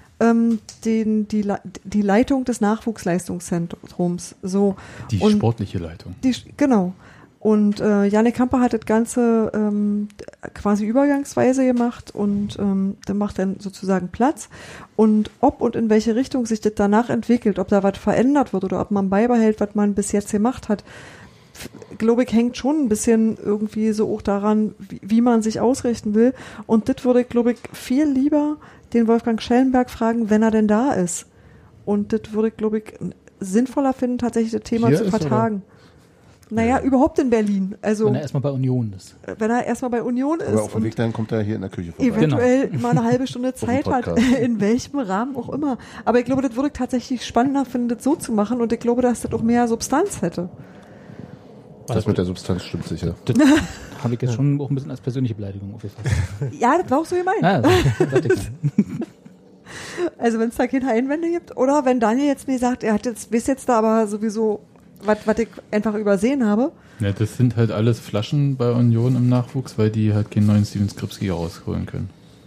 die Leitung des Nachwuchsleistungszentrums. So. Die Und sportliche Leitung. Genau. Und Janik Kamper hat das Ganze quasi übergangsweise gemacht und der macht dann sozusagen Platz. Und ob und in welche Richtung sich das danach entwickelt, ob da was verändert wird oder ob man beibehält, was man bis jetzt gemacht hat, glaube ich, hängt schon ein bisschen irgendwie so auch daran, wie man sich ausrichten will. Und das würde ich, glaube ich, viel lieber den Wolfgang Schellenberg fragen, wenn er denn da ist. Und das würde ich, glaube ich, sinnvoller finden, tatsächlich das Thema Hier zu ist, vertagen. Naja, überhaupt in Berlin. Also, Wenn er erstmal bei Union ist. wenn er erstmal bei Union ist Aber auf dem und Weg dahin kommt er hier in der Küche vorbei. eventuell mal eine halbe Stunde Zeit hat, Podcast. in welchem Rahmen auch immer. Aber ich glaube, das würde ich tatsächlich spannender finden, das so zu machen. Und ich glaube, dass das auch mehr Substanz hätte. Das mit der Substanz stimmt sicher. Das habe ich jetzt schon auch ein bisschen als persönliche Beleidigung aufgefasst. Ja, das war auch so gemeint. Ja, dachte ich. Also wenn es da keine Einwände gibt. Oder wenn Daniel jetzt mir sagt, er hat jetzt, wisst jetzt da aber sowieso, was ich einfach übersehen habe. Ja, das sind halt alles Flaschen bei Union im Nachwuchs, weil die halt keinen neuen Steven Skripski rausholen können.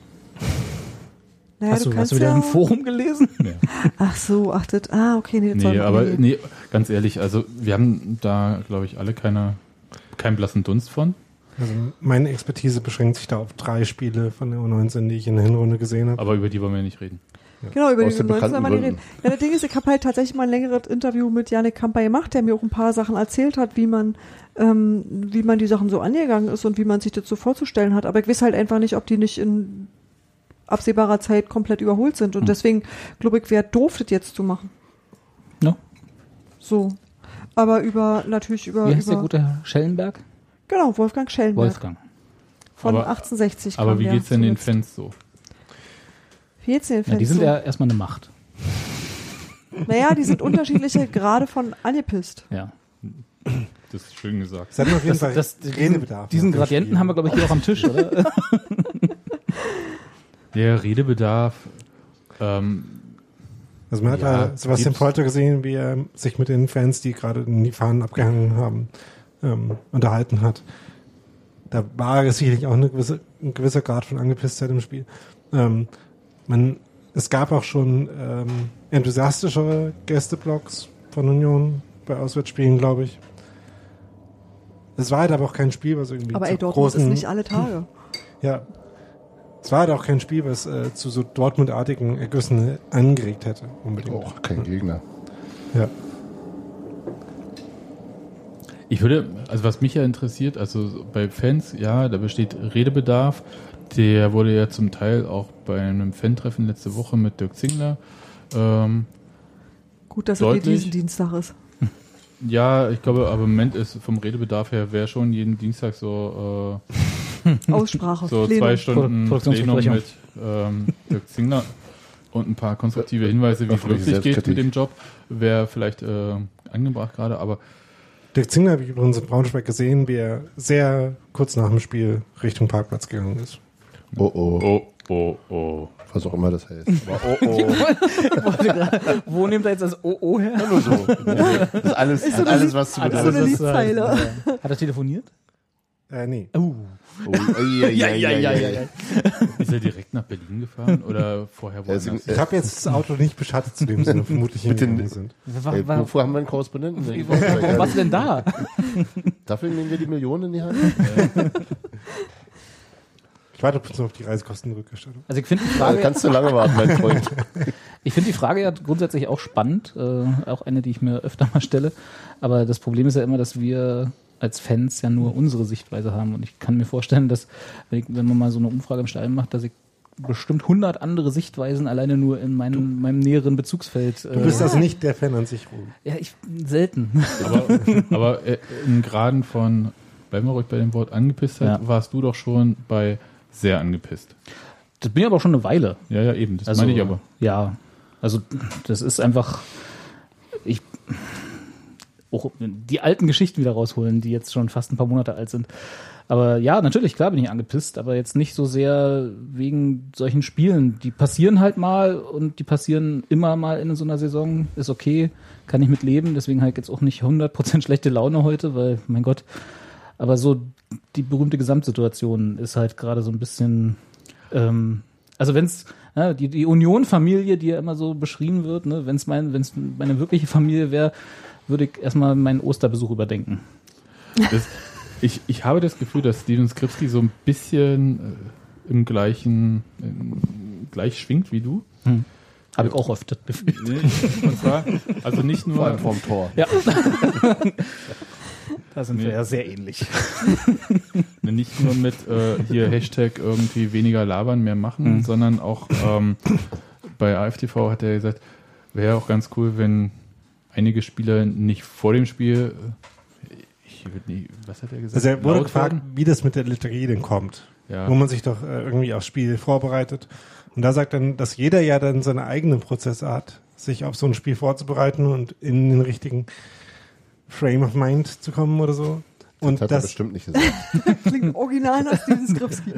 Naja, Hast du kannst wieder ja, im Forum gelesen? Ja. Ach so, achtet. Okay, nee, das soll Nee, man aber nicht. nee, ganz ehrlich, also wir haben da, glaube ich, alle keinen blassen Dunst von. Also meine Expertise beschränkt sich da auf 3 Spiele von der U19, die ich in der Hinrunde gesehen habe. Aber über die wollen wir nicht reden. Genau, über Aus diese den 19 bekannten mal reden. Gründen. Ja, das Ding ist, ich habe halt tatsächlich mal ein längeres Interview mit Janik Kamper gemacht, der mir auch ein paar Sachen erzählt hat, wie man die Sachen so angegangen ist und wie man sich das so vorzustellen hat. Aber ich weiß halt einfach nicht, ob die nicht in absehbarer Zeit komplett überholt sind. Und deswegen glaube ich, wäre doof, das jetzt zu machen. Ja. So. Aber natürlich über... Wie heißt der über gute Herr Schellenberg? Genau, Wolfgang Schellenberg. Wolfgang. Von Aber- 1860 Aber kam wie der geht's denn den zuletzt. Fans so? Wie geht's den Ja, Fans die sind so? ja erstmal eine Macht. Naja, die sind unterschiedliche Grade von angepisst. Ja. Das ist schön gesagt. Es hat auf jeden Fall Redebedarf. Diesen nach dem Gradienten Spiel. haben wir, glaube ich, hier auch am Tisch, oder? Der Redebedarf, Also man hat Ja, da Sebastian gibt's. Polter gesehen, wie er sich mit den Fans, die gerade die Fahnen abgehangen haben, unterhalten hat. Da war sicherlich auch ein gewisser Grad von Angepisstheit im Spiel. Es gab auch schon enthusiastischere Gästeblogs von Union bei Auswärtsspielen, glaube ich. Es war halt aber auch kein Spiel, was irgendwie Aber zu ey, Dortmund großen, ist nicht alle Tage. ja, es war halt auch kein Spiel, was zu so Dortmund-artigen Ergüssen angeregt hätte, unbedingt. Auch kein Gegner. Ja. ich würde, also was mich ja interessiert, also bei Fans, ja, da besteht Redebedarf. Der wurde ja zum Teil auch bei einem Fan-Treffen letzte Woche mit Dirk Zingler. Gut, dass es Deutlich. diesen Dienstag ist. Ja, ich glaube, aber im Moment ist vom Redebedarf her wäre schon jeden Dienstag so Aussprache. so Plenum. 2 Stunden Plenum Produktionsbesprechung. mit Dirk Zingler und ein paar konstruktive Hinweise, wie es Hoffentlich wirklich geht Selbstkritik. mit dem Job, wäre vielleicht angebracht gerade, aber Dirk Zingler habe ich übrigens in Braunschweig gesehen, wie er sehr kurz nach dem Spiel Richtung Parkplatz gegangen ist. oh. Was auch immer das heißt. Aber Wo nimmt er jetzt das OO her? nur so. Das ist alles, Ist so hat eine alles was zu Lied- bedeuten. so eine Liedzeile. Hat er telefoniert? Nee. Oh, ja. Ist er direkt nach Berlin gefahren oder vorher Also, woanders? Ich habe jetzt das Auto nicht beschattet, zu dem sie vermutlich Mit den- hingegangen sind. Wofür haben wir einen Korrespondenten? Warum warst du denn da? Dafür nehmen wir die Millionen in die Hand. Ich warte jetzt noch auf die Reisekostenrückerstattung. Also ich finde die Da Frage, kannst du lange warten, mein Freund. ich finde die Frage ja grundsätzlich auch spannend, auch eine, die ich mir öfter mal stelle. Aber das Problem ist ja immer, dass wir als Fans ja nur unsere Sichtweise haben. Und ich kann mir vorstellen, dass wenn man mal so eine Umfrage im Stall macht, dass ich bestimmt 100 andere Sichtweisen alleine nur in meinem näheren Bezugsfeld. Du bist also nicht der Fan an sich, Ruben. Ja, selten. Aber in Graden von, bleiben wir ruhig bei dem Wort angepisst, Ja. warst du doch schon bei sehr angepisst. Das bin ich aber auch schon eine Weile. Ja, eben, das Also, meine ich aber. Ja, also das ist einfach, auch die alten Geschichten wieder rausholen, die jetzt schon fast ein paar Monate alt sind. Aber ja, natürlich, klar bin ich angepisst, aber jetzt nicht so sehr wegen solchen Spielen. Die passieren halt mal und die passieren immer mal in so einer Saison. Ist okay, kann ich mit leben. Deswegen halt jetzt auch nicht 100% schlechte Laune heute, weil, mein Gott. Aber so die berühmte Gesamtsituation ist halt gerade so ein bisschen, also wenn's, die Union-Familie, die ja immer so beschrieben wird, ne, wenn's meine wirkliche Familie wäre, würde ich erstmal meinen Osterbesuch überdenken. Ich habe das Gefühl, dass Steven Skripski so ein bisschen gleich schwingt wie du. Habe ich auch oft das Gefühl. Nee, und zwar, also nicht Vor nur, allem vorm Tor. Ja. Da sind wir ja sehr ähnlich. Nicht nur mit hier Hashtag irgendwie weniger labern, mehr machen, sondern auch bei AFTV hat er gesagt, wäre auch ganz cool, wenn einige Spieler nicht vor dem Spiel, was hat er gesagt? Also er wurde Laut gefragt, werden? wie das mit der Liturgie denn kommt. Ja. Wo man sich doch irgendwie aufs Spiel vorbereitet. Und da sagt dann, dass jeder ja dann seine eigenen Prozesse hat, sich auf so ein Spiel vorzubereiten und in den richtigen Frame of Mind zu kommen oder so. Und Das hat er das, bestimmt nicht gesagt. Klingt original nach Steven Skripski.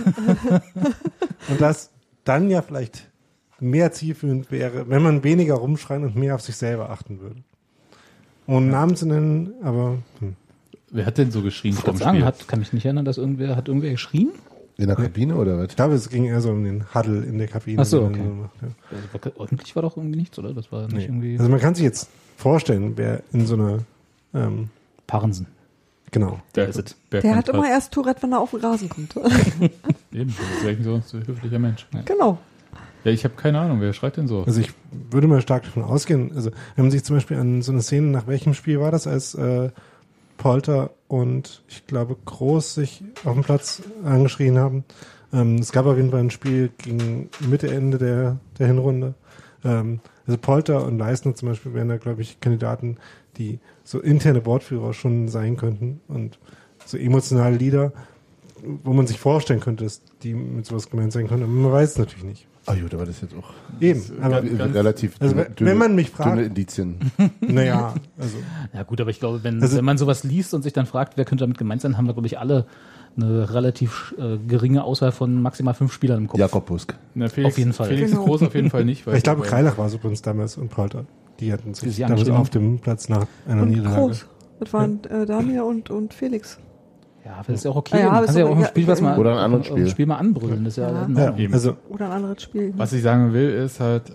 und das dann ja vielleicht mehr zielführend wäre, wenn man weniger rumschreien und mehr auf sich selber achten würde. Ohne Namen zu nennen, aber Wer hat denn so geschrien Ich vom wollte sagen, Spiel? kann mich nicht erinnern, dass irgendwer geschrien? In der Kabine oder was? ich glaube, es ging eher so um den Huddle in der Kabine. Ach so, den man okay. macht, ja. Also, ordentlich war doch irgendwie nichts, oder? Das war nicht Nee. irgendwie Also man kann sich jetzt vorstellen, wer in so einer Parensen. genau. Der, ist es. Der hat immer erst Tourette, wenn er auf den Rasen kommt. Eben, das ist eigentlich so ein höflicher Mensch. Genau. Ja, ich habe keine Ahnung, wer schreit denn so? Also ich würde mal stark davon ausgehen, also wenn man sich zum Beispiel an so eine Szene, nach welchem Spiel war das, als Polter und ich glaube Groß sich auf dem Platz angeschrien haben. Es gab auf jeden Fall ein Spiel gegen Mitte, Ende der Hinrunde. Also Polter und Leistner zum Beispiel wären da, glaube ich, Kandidaten, die so interne Wortführer schon sein könnten und so emotionale Lieder, wo man sich vorstellen könnte, dass die mit sowas gemeint sein können. Aber man weiß es natürlich nicht. Ah gut, aber das ist jetzt auch Eben, aber relativ also wenn man mich fragt- dünne Indizien. naja, also Ja gut, aber ich glaube, wenn Also- man sowas liest und sich dann fragt, wer könnte damit gemeint sein, haben wir, glaube ich, alle eine relativ geringe Auswahl von maximal 5 Spielern im Kopf. Jakob Busk. Na, Felix, Auf jeden Fall. Felix Genau. Groß auf jeden Fall nicht. ich glaube, aber- Kreilach war es übrigens damals und Polter. Die hatten Die sich sie damals angeschrieben auf dem Platz nach einer Und Niederlage. Groß. Das waren Damir und Felix. Ja, aber das ist ja auch okay. Ja, Man aber kann so- ja auch ein ja, Spiel, was mal, Oder ein anderes ein Spiel mal anbrüllen. Das ist ja, Ja. in Ja, Ordnung. Eben. also Oder ein anderes Spiel. Was ich sagen will, ist halt,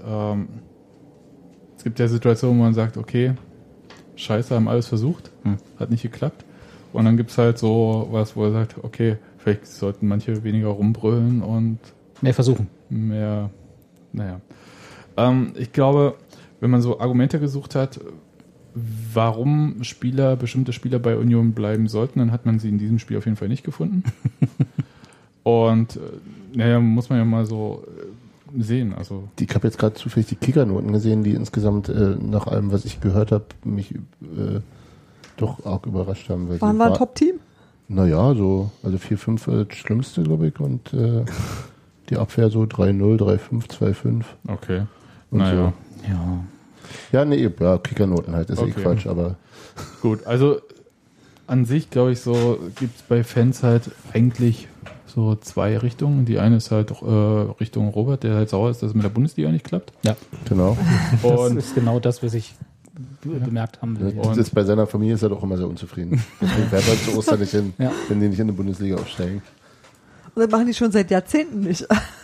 es gibt ja Situationen, wo man sagt, okay, scheiße, haben alles versucht, hat nicht geklappt. Und dann gibt es halt so was, wo er sagt, okay, vielleicht sollten manche weniger rumbrüllen und Mehr versuchen. mehr, naja. Ich glaube, wenn man so Argumente gesucht hat, warum bestimmte Spieler bei Union bleiben sollten, dann hat man sie in diesem Spiel auf jeden Fall nicht gefunden. Und naja, muss man ja mal so sehen. Also Ich habe jetzt gerade zufällig die Kickernoten gesehen, die insgesamt nach allem, was ich gehört habe, mich doch arg überrascht haben. Weil Waren wir ein Top-Team? Naja, so, also 4-5 das Schlimmste, glaube ich, und die Abwehr so 3-0, 3-5, 2-5 okay. und Naja. Ja. Ja, nee, ja, Kickernoten halt, ist eh Okay. Quatsch, aber Gut, also an sich, glaube ich, so gibt es bei Fans halt eigentlich so zwei Richtungen. Die eine ist halt Richtung Robert, der halt sauer ist, dass es mit der Bundesliga nicht klappt. Ja, genau. das Und ist genau das, was ich bemerkt haben will. Das ist bei seiner Familie ist er doch immer sehr unzufrieden. Deswegen fährt er zu Ostern nicht hin, Ja. wenn die nicht in die Bundesliga aufsteigen. Und das machen die schon seit Jahrzehnten nicht.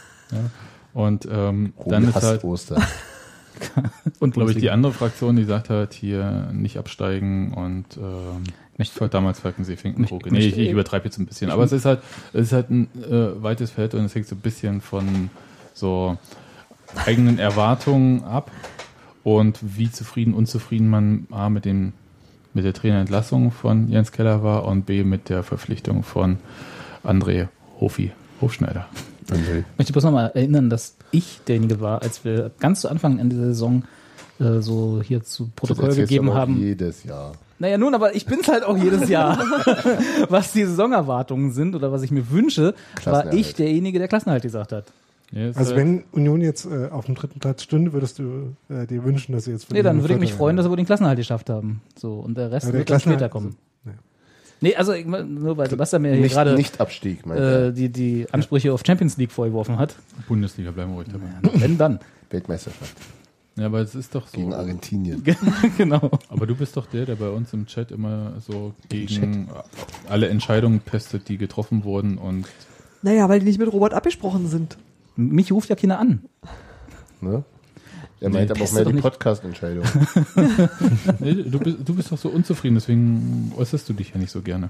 Und dann Robi ist hasst halt, Ostern. Und glaube ich, die Bundesliga. andere Fraktion, die sagt halt hier nicht absteigen und nicht damals Falkensee, Finkenbrook. Nee, ich übertreibe jetzt ein bisschen. Aber es ist halt ein weites Feld und es hängt so ein bisschen von so eigenen Erwartungen ab und wie zufrieden, unzufrieden man A mit der Trainerentlassung von Jens Keller war und B mit der Verpflichtung von André Hofschneider. André. Ich möchte bloß nochmal erinnern, dass ich derjenige war, als wir ganz zu Anfang in der Saison so hier zu Protokoll Das erzählst gegeben du aber auch haben. jedes Jahr. Naja, nun, aber ich bin's halt auch jedes Jahr. Was die Saisonerwartungen sind oder was ich mir wünsche, war Klassenerhalt. ich derjenige, der Klassenerhalt gesagt hat. Ja, ist Also halt- wenn Union jetzt auf dem 3. Platz stünde, würdest du dir wünschen, dass sie jetzt Nee, dann würde ich mich Vierter freuen, dass werden. wir den Klassenerhalt geschafft haben. So, und der Rest Aber der wird dann später Klassenerhalt- kommen. Ja. Nee, also nur weil Sebastian mir hier Nicht, gerade nicht Abstieg, mein Herr. die Ansprüche auf Champions League vorgeworfen hat. Bundesliga, bleiben wir ruhig dabei. Wenn dann. Weltmeisterschaft Ja, aber es ist doch so. gegen Argentinien. Genau. Aber du bist doch der bei uns im Chat immer so gegen alle Entscheidungen pestet, die getroffen wurden und Naja, weil die nicht mit Robert abgesprochen sind. Mich ruft ja keiner an. Ne? Er meint aber auch Pest mehr doch die nicht. Podcast-Entscheidung. nee, du bist doch so unzufrieden, deswegen äußerst du dich ja nicht so gerne.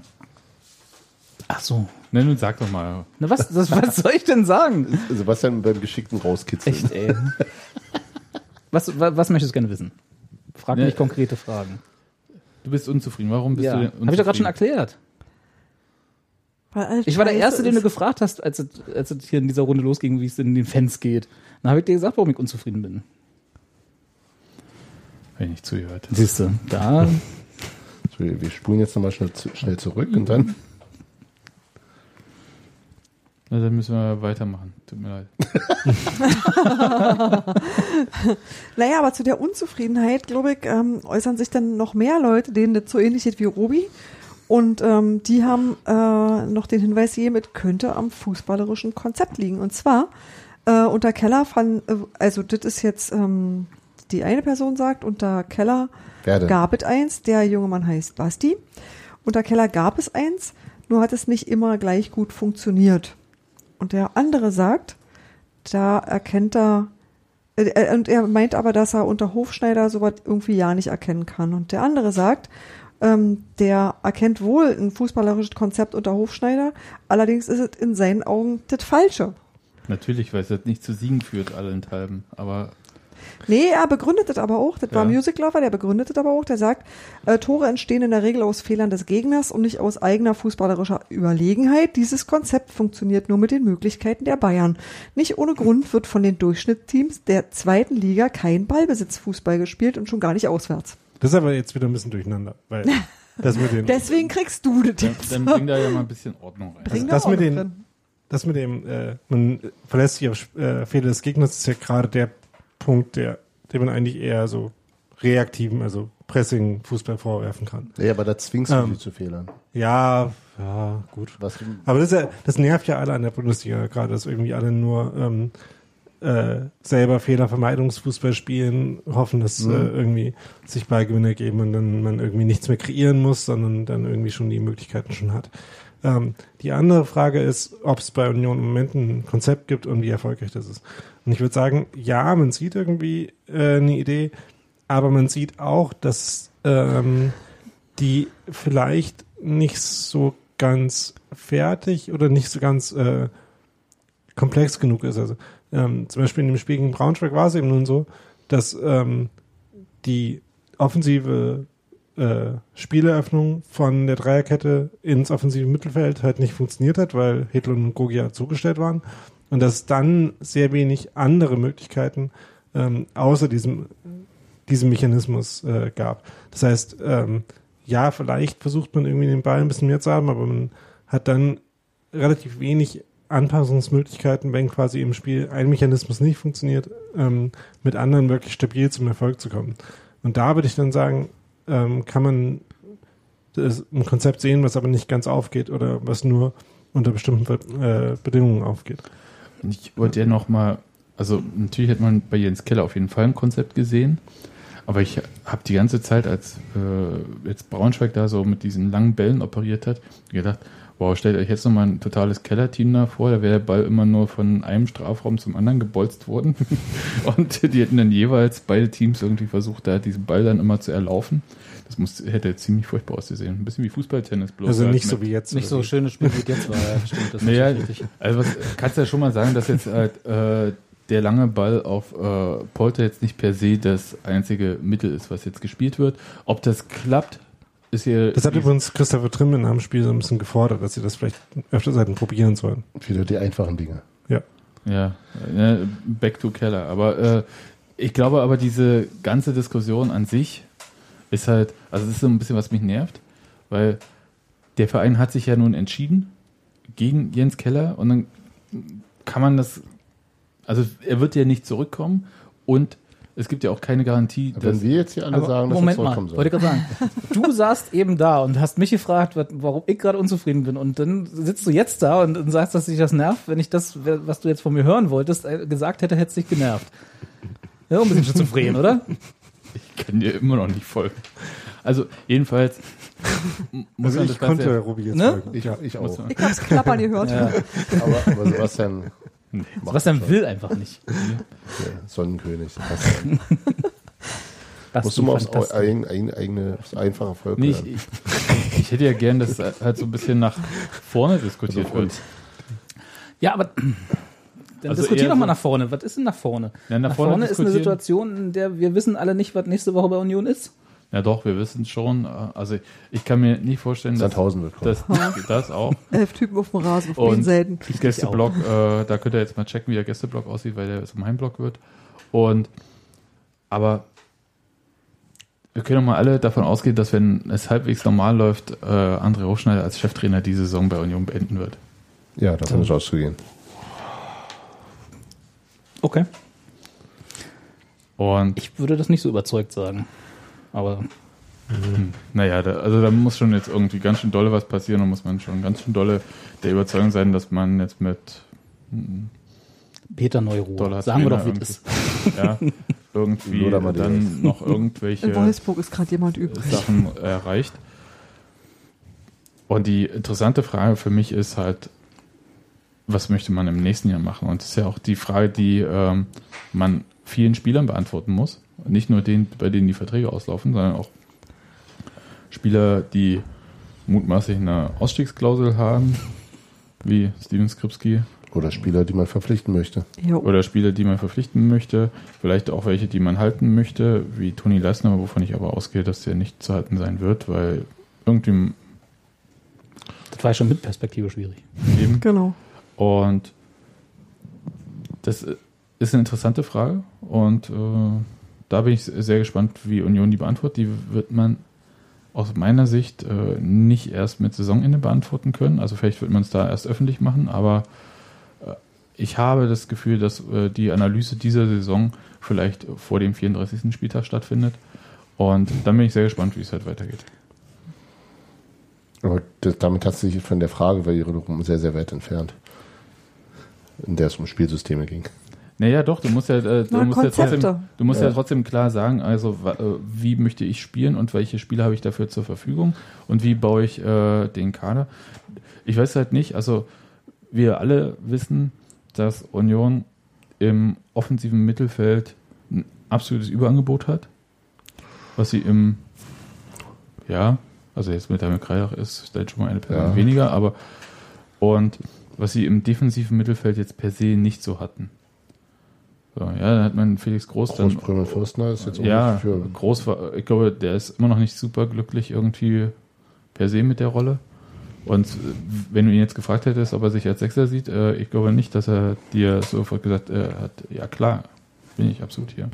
Ach so. Ne, nun sag doch mal. Na was soll ich denn sagen? Sebastian beim geschickten Rauskitzeln. Echt, ey. Was möchtest du gerne wissen? Frag Nee. mich konkrete Fragen. Du bist unzufrieden. Warum bist du denn unzufrieden? Habe ich doch gerade schon erklärt. Ich war der Erste, den du gefragt hast, als es hier in dieser Runde losging, wie es in den Fans geht. Dann habe ich dir gesagt, warum ich unzufrieden bin. Wenn ich nicht zugehört. Siehst du, da... Wir spulen jetzt nochmal schnell zurück und dann... Na, dann müssen wir weitermachen. Tut mir leid. Naja, aber zu der Unzufriedenheit, glaube ich, äußern sich dann noch mehr Leute, denen das so ähnlich geht wie Robi. Und die haben noch den Hinweis gegeben, es könnte am fußballerischen Konzept liegen. Und zwar unter Keller also das ist jetzt die eine Person sagt, unter Keller gab es eins, der junge Mann heißt Basti. Unter Keller gab es eins, nur hat es nicht immer gleich gut funktioniert. Und der andere sagt, da erkennt er, und er meint aber, dass er unter Hofschneider sowas irgendwie ja nicht erkennen kann. Und der andere sagt, der erkennt wohl ein fußballerisches Konzept unter Hofschneider, allerdings ist es in seinen Augen das Falsche. Natürlich, weil es das nicht zu Siegen führt, allenthalben, aber... Nee, er begründet das aber auch. Das war Music Lover, der begründet das aber auch. Der sagt, Tore entstehen in der Regel aus Fehlern des Gegners und nicht aus eigener fußballerischer Überlegenheit. Dieses Konzept funktioniert nur mit den Möglichkeiten der Bayern. Nicht ohne Grund wird von den Durchschnittsteams der zweiten Liga kein Ballbesitzfußball gespielt und schon gar nicht auswärts. Das ist aber jetzt wieder ein bisschen durcheinander. Weil das mit den Deswegen kriegst du das jetzt. Dann bring da ja mal ein bisschen Ordnung rein. Das mit dem, man verlässt sich auf Fehler des Gegners, ist ja gerade der Punkt, den man eigentlich eher so reaktiven, also Pressing-Fußball vorwerfen kann. Ja, aber da zwingst du die zu Fehlern. Ja, gut. Aber das nervt ja alle an der Bundesliga gerade, dass irgendwie alle nur selber Fehlervermeidungsfußball spielen, hoffen, dass irgendwie sich Ballgewinne geben und dann man irgendwie nichts mehr kreieren muss, sondern dann irgendwie schon die Möglichkeiten schon hat. Die andere Frage ist, ob es bei Union im Moment ein Konzept gibt und wie erfolgreich das ist. Und ich würde sagen, ja, man sieht irgendwie eine Idee, aber man sieht auch, dass die vielleicht nicht so ganz fertig oder nicht so ganz komplex genug ist. Also zum Beispiel in dem Spiel gegen Braunschweig war es eben nun so, dass die offensive Spieleröffnung von der Dreierkette ins offensive Mittelfeld halt nicht funktioniert hat, weil Hedlund und Gogia zugestellt waren und dass es dann sehr wenig andere Möglichkeiten außer diesem Mechanismus gab. Das heißt, ja, vielleicht versucht man irgendwie den Ball ein bisschen mehr zu haben, aber man hat dann relativ wenig Anpassungsmöglichkeiten, wenn quasi im Spiel ein Mechanismus nicht funktioniert, mit anderen wirklich stabil zum Erfolg zu kommen. Und da würde ich dann sagen, kann man ein Konzept sehen, was aber nicht ganz aufgeht oder was nur unter bestimmten Bedingungen aufgeht. Ich wollte ja nochmal, also natürlich hat man bei Jens Keller auf jeden Fall ein Konzept gesehen, aber ich habe die ganze Zeit, als jetzt Braunschweig da so mit diesen langen Bällen operiert hat, gedacht, wow, stellt euch jetzt nochmal ein totales Kellerteam da vor, da wäre der Ball immer nur von einem Strafraum zum anderen gebolzt worden und die hätten dann jeweils beide Teams irgendwie versucht, da diesen Ball dann immer zu erlaufen. Das hätte ziemlich furchtbar ausgesehen. Ein bisschen wie Fußballtennis bloß. Also nicht so wie jetzt. Nicht so schönes Spiel wie jetzt war, ja, stimmt. Das naja, ist richtig. Also kannst du ja schon mal sagen, dass jetzt der lange Ball auf Polter jetzt nicht per se das einzige Mittel ist, was jetzt gespielt wird. Ob das klappt, ist hier... Das hat übrigens Christopher Trimm nach dem Spiel so ein bisschen gefordert, dass sie das vielleicht öfter hätten probieren sollen. Wieder die einfachen Dinge. Ja. Ja, back to Keller. Aber ich glaube aber, diese ganze Diskussion an sich ist halt, also das ist so ein bisschen, was mich nervt, weil der Verein hat sich ja nun entschieden gegen Jens Keller und dann kann man das, also er wird ja nicht zurückkommen und es gibt ja auch keine Garantie, aber wenn wir jetzt hier alle sagen, dass Moment er zurückkommen soll. Wollte ich gerade sagen, du saßt eben da und hast mich gefragt, warum ich gerade unzufrieden bin und dann sitzt du jetzt da und sagst, dass dich das nervt, wenn ich das, was du jetzt von mir hören wolltest, gesagt hätte, hätte es dich genervt. Ja, ein bisschen schizophren, oder? Ich kann dir immer noch nicht folgen. Also jedenfalls muss also man ich das Ganze, konnte Robi jetzt folgen. Ich auch. Ich hab's klappern gehört. Ja. Aber Sebastian... Sebastian will einfach nicht. Ja, Sonnenkönig, Sebastian. Musst du mal aufs einfache Volk nee, hören. ich hätte ja gern, dass halt so ein bisschen nach vorne diskutiert wird. Ja, aber dann Also diskutier eher doch mal so- nach vorne. Was ist denn nach vorne? Ja, nach nach vorne vorne ist eine diskutieren- Situation, in der wir wissen alle nicht, was nächste Woche bei Union ist. Ja doch, wir wissen schon. Also ich kann mir nicht vorstellen, dass Sandhausen wird kommen. das auch. 11 Typen auf dem Rasen, auf den selten. Gästeblock, da könnt ihr jetzt mal checken, wie der Gästeblock aussieht, weil der zum Heimblock wird. Aber wir können doch mal alle davon ausgehen, dass wenn es halbwegs normal läuft, André Hofschneider als Cheftrainer die Saison bei Union beenden wird. Ja, davon ist auszugehen. Okay. Und Ich würde das nicht so überzeugt sagen. Aber naja, da muss schon jetzt irgendwie ganz schön dolle was passieren und muss man schon ganz schön dolle der Überzeugung sein, dass man jetzt mit Peter Neuruhr, Dollar sagen wir doch, wie Trainer das ist. ja, irgendwie Oder mal dann noch irgendwelche In Wolfsburg ist gerade jemand übrig. Sachen erreicht. Und die interessante Frage für mich ist halt, was möchte man im nächsten Jahr machen? Und das ist ja auch die Frage, die man vielen Spielern beantworten muss. Nicht nur denen, bei denen die Verträge auslaufen, sondern auch Spieler, die mutmaßlich eine Ausstiegsklausel haben, wie Steven Skripski. Oder Spieler, die man verpflichten möchte. Jo. Oder Spieler, die man verpflichten möchte. Vielleicht auch welche, die man halten möchte, wie Toni Leisner, wovon ich aber ausgehe, dass der nicht zu halten sein wird, weil irgendwie Das war ja schon mit Perspektive schwierig. eben. Genau. Und das ist eine interessante Frage und da bin ich sehr gespannt, wie Union die beantwortet. Die wird man aus meiner Sicht nicht erst mit Saisonende beantworten können. Also vielleicht wird man es da erst öffentlich machen, aber ich habe das Gefühl, dass die Analyse dieser Saison vielleicht vor dem 34. Spieltag stattfindet. Und dann bin ich sehr gespannt, wie es halt weitergeht. Aber damit hat sie sich von der Fragevalidierung sehr, sehr weit entfernt, in der es um Spielsysteme ging. Naja, doch, du musst ja Konzepte. ja trotzdem klar sagen, also wie möchte ich spielen und welche Spiele habe ich dafür zur Verfügung und wie baue ich den Kader. Ich weiß halt nicht, also wir alle wissen, dass Union im offensiven Mittelfeld ein absolutes Überangebot hat, was sie also jetzt mit Daniel Kreilach ist vielleicht schon mal eine Person weniger, aber und was sie im defensiven Mittelfeld jetzt per se nicht so hatten. So, ja, dann hat man Felix Groß dann. Fürstner ist jetzt auch Ja, nicht für. Groß war, ich glaube, der ist immer noch nicht super glücklich irgendwie per se mit der Rolle. Und wenn du ihn jetzt gefragt hättest, ob er sich als Sechser sieht, ich glaube nicht, dass er dir sofort gesagt hat, ja klar, bin ich absolut hier.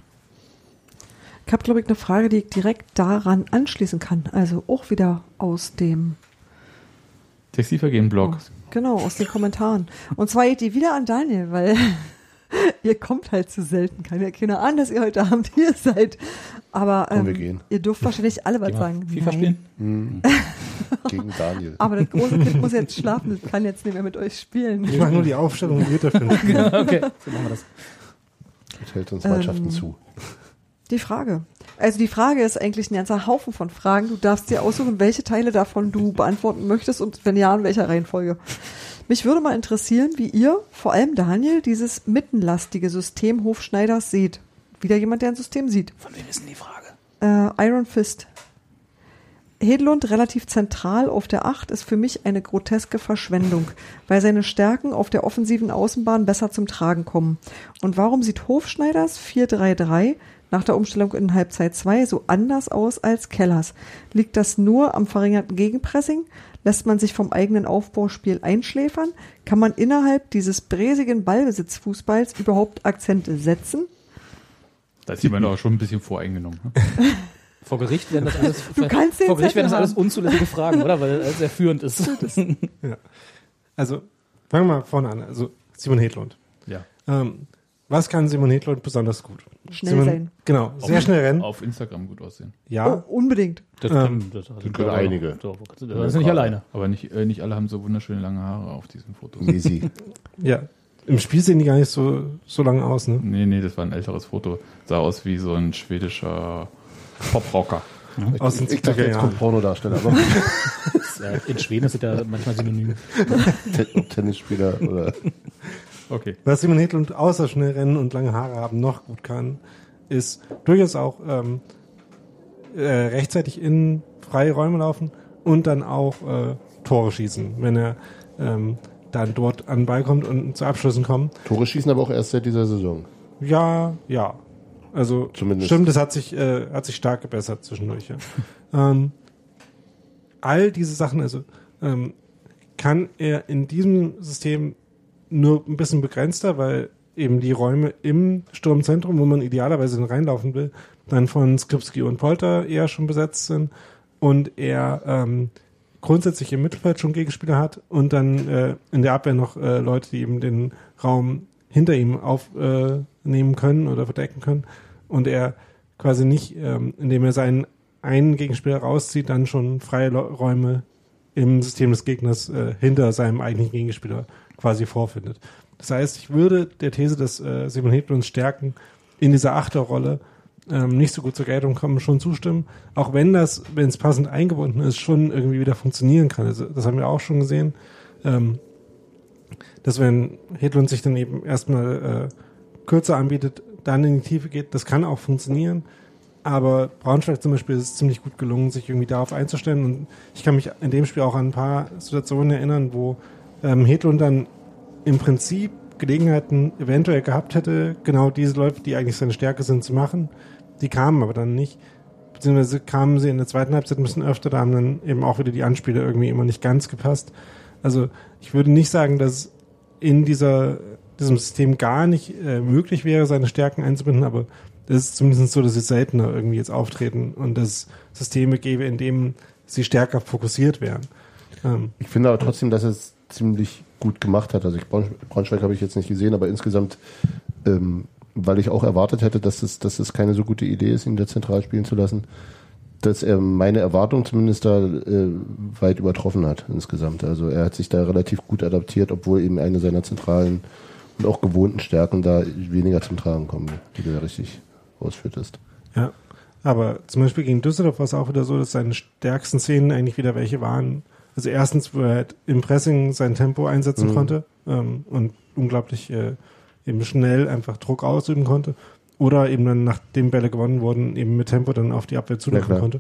Ich habe, glaube ich, eine Frage, die ich direkt daran anschließen kann. Also auch wieder aus dem Textilvergehen-Blog. Genau, aus den Kommentaren. Und zwar geht die wieder an Daniel, weil ihr kommt halt zu selten. Kann ja keiner ahnen, dass ihr heute Abend hier seid. Aber wir gehen. ihr dürft wahrscheinlich alle was sagen. FIFA spielen? Gegen Daniel. Aber das große Kind muss jetzt schlafen, das kann jetzt nicht mehr mit euch spielen. Ich mache nur die Aufstellung, wie ihr dafür Okay, so machen wir das. Das hält uns Mannschaften zu. Die Frage. Also die Frage ist eigentlich ein ganzer Haufen von Fragen. Du darfst dir aussuchen, welche Teile davon du beantworten möchtest und wenn ja, in welcher Reihenfolge. Mich würde mal interessieren, wie ihr, vor allem Daniel, dieses mittenlastige System Hofschneiders seht. Wieder jemand, der ein System sieht. Von wem ist denn die Frage? Iron Fist. Hedlund relativ zentral auf der 8 ist für mich eine groteske Verschwendung, weil seine Stärken auf der offensiven Außenbahn besser zum Tragen kommen. Und warum sieht Hofschneiders 4-3-3 nach der Umstellung in Halbzeit 2 so anders aus als Kellers? Liegt das nur am verringerten Gegenpressing? Lässt man sich vom eigenen Aufbauspiel einschläfern? Kann man innerhalb dieses bräsigen Ballbesitzfußballs überhaupt Akzente setzen? Da ist jemand auch schon ein bisschen voreingenommen. Ne? Vor Gericht werden das alles, Du kannst den vor Gericht werden das Zettel alles unzulässige Fragen, oder? Weil das alles sehr führend ist. Ja. Also, fangen wir mal vorne an. Also, Simon Hedlund. Ja. Was kann Simon Hedlund besonders gut? Schnell sein. Genau, sehr schnell rennen. Auf Instagram gut aussehen. Ja, Oh, unbedingt. Das können einige. Das ist nicht alleine. Aber nicht alle haben so wunderschöne lange Haare auf diesen Fotos. Easy. ja. Im Spiel sehen die gar nicht so lange aus, ne? Nee, das war ein älteres Foto. Sah aus wie so ein schwedischer Poprocker. Aus den Ich dachte, 70er jetzt kommt Jahren. Pornodarsteller, aber In Schweden ist es ja manchmal synonym. Tennisspieler oder. Okay. Was Simon Hedlund außer schnell rennen und lange Haare haben noch gut kann, ist durchaus auch rechtzeitig in freie Räume laufen und dann auch Tore schießen, wenn er dann dort an den Ball kommt und zu Abschlüssen kommt. Tore schießen aber auch erst seit dieser Saison. Ja. Also Zumindest. stimmt, das hat sich stark gebessert zwischendurch. Ja. All diese Sachen, also kann er in diesem System nur ein bisschen begrenzter, weil eben die Räume im Sturmzentrum, wo man idealerweise reinlaufen will, dann von Skripski und Polter eher schon besetzt sind und er grundsätzlich im Mittelfeld schon Gegenspieler hat und dann in der Abwehr noch Leute, die eben den Raum hinter ihm aufnehmen können oder verdecken können und er quasi nicht, indem er seinen einen Gegenspieler rauszieht, dann schon freie Räume im System des Gegners hinter seinem eigentlichen Gegenspieler quasi vorfindet. Das heißt, ich würde der These, dass Simon Hedlunds Stärken in dieser Achterrolle nicht so gut zur Geltung kommen, schon zustimmen. Auch wenn es passend eingebunden ist, schon irgendwie wieder funktionieren kann. Also, das haben wir auch schon gesehen, dass wenn Hedlund sich dann eben erstmal kürzer anbietet, dann in die Tiefe geht, das kann auch funktionieren. Aber Braunschweig zum Beispiel ist es ziemlich gut gelungen, sich irgendwie darauf einzustellen. Und ich kann mich in dem Spiel auch an ein paar Situationen erinnern, wo Hedlund dann im Prinzip Gelegenheiten eventuell gehabt hätte, genau diese Läufe, die eigentlich seine Stärke sind, zu machen. Die kamen aber dann nicht. Beziehungsweise kamen sie in der zweiten Halbzeit ein bisschen öfter, da haben dann eben auch wieder die Anspiele irgendwie immer nicht ganz gepasst. Also ich würde nicht sagen, dass in diesem System gar nicht möglich wäre, seine Stärken einzubinden, aber das ist zumindest so, dass sie seltener irgendwie jetzt auftreten und dass es Systeme gäbe, in denen sie stärker fokussiert wären. Ich finde aber trotzdem, dass es ziemlich gut gemacht hat. Also Braunschweig habe ich jetzt nicht gesehen, aber insgesamt, weil ich auch erwartet hätte, dass es keine so gute Idee ist, ihn da zentral spielen zu lassen, dass er meine Erwartung zumindest da weit übertroffen hat insgesamt. Also er hat sich da relativ gut adaptiert, obwohl eben eine seiner zentralen und auch gewohnten Stärken da weniger zum Tragen kommen, die du ja richtig ausführtest. Ja, aber zum Beispiel gegen Düsseldorf war es auch wieder so, dass seine stärksten Szenen eigentlich wieder welche waren. Also erstens, wo er halt im Pressing sein Tempo einsetzen konnte und unglaublich eben schnell einfach Druck ausüben konnte. Oder eben dann, nachdem Bälle gewonnen wurden, eben mit Tempo dann auf die Abwehr zulaufen konnte.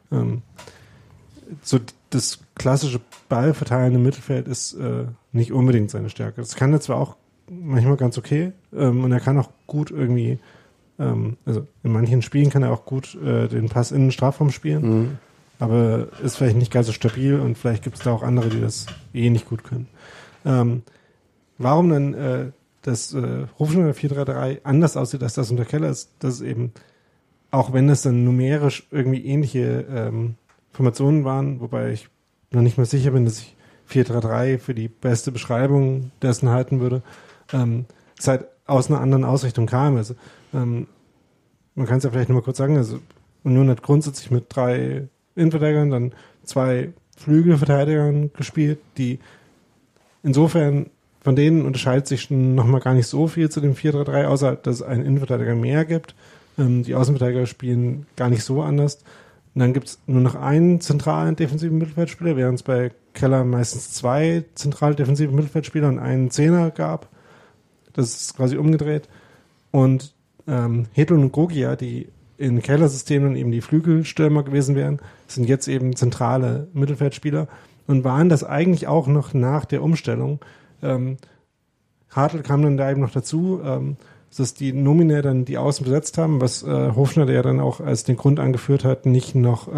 So das klassische Ballverteilen im Mittelfeld ist nicht unbedingt seine Stärke. Das kann er zwar auch manchmal ganz okay und er kann auch gut irgendwie, also in manchen Spielen kann er auch gut den Pass in den Strafraum spielen, aber ist vielleicht nicht ganz so stabil und vielleicht gibt es da auch andere, die das nicht gut können. Warum dann das Hofschneider 4-3-3 anders aussieht als das unter Keller ist, dass es eben, auch wenn es dann numerisch irgendwie ähnliche Formationen waren, wobei ich noch nicht mal sicher bin, dass ich 4-3-3 für die beste Beschreibung dessen halten würde, es halt aus einer anderen Ausrichtung kam. Also man kann es ja vielleicht nochmal kurz sagen, also Union hat grundsätzlich mit 3 Innenverteidigern, dann 2 Flügelverteidigern gespielt, die insofern von denen unterscheidet sich nochmal gar nicht so viel zu dem 4-3-3, außer dass es einen Innenverteidiger mehr gibt. Die Außenverteidiger spielen gar nicht so anders. Und dann gibt es nur noch einen zentralen defensiven Mittelfeldspieler, während es bei Keller meistens 2 zentrale defensive Mittelfeldspieler und einen Zehner gab. Das ist quasi umgedreht. Und Hedlund und Gogia, die in Keller-Systemen eben die Flügelstürmer gewesen wären, sind jetzt eben zentrale Mittelfeldspieler und waren das eigentlich auch noch nach der Umstellung. Hartl kam dann da eben noch dazu, dass die nominell dann die Außen besetzt haben, was Hofschneider ja dann auch als den Grund angeführt hat, nicht noch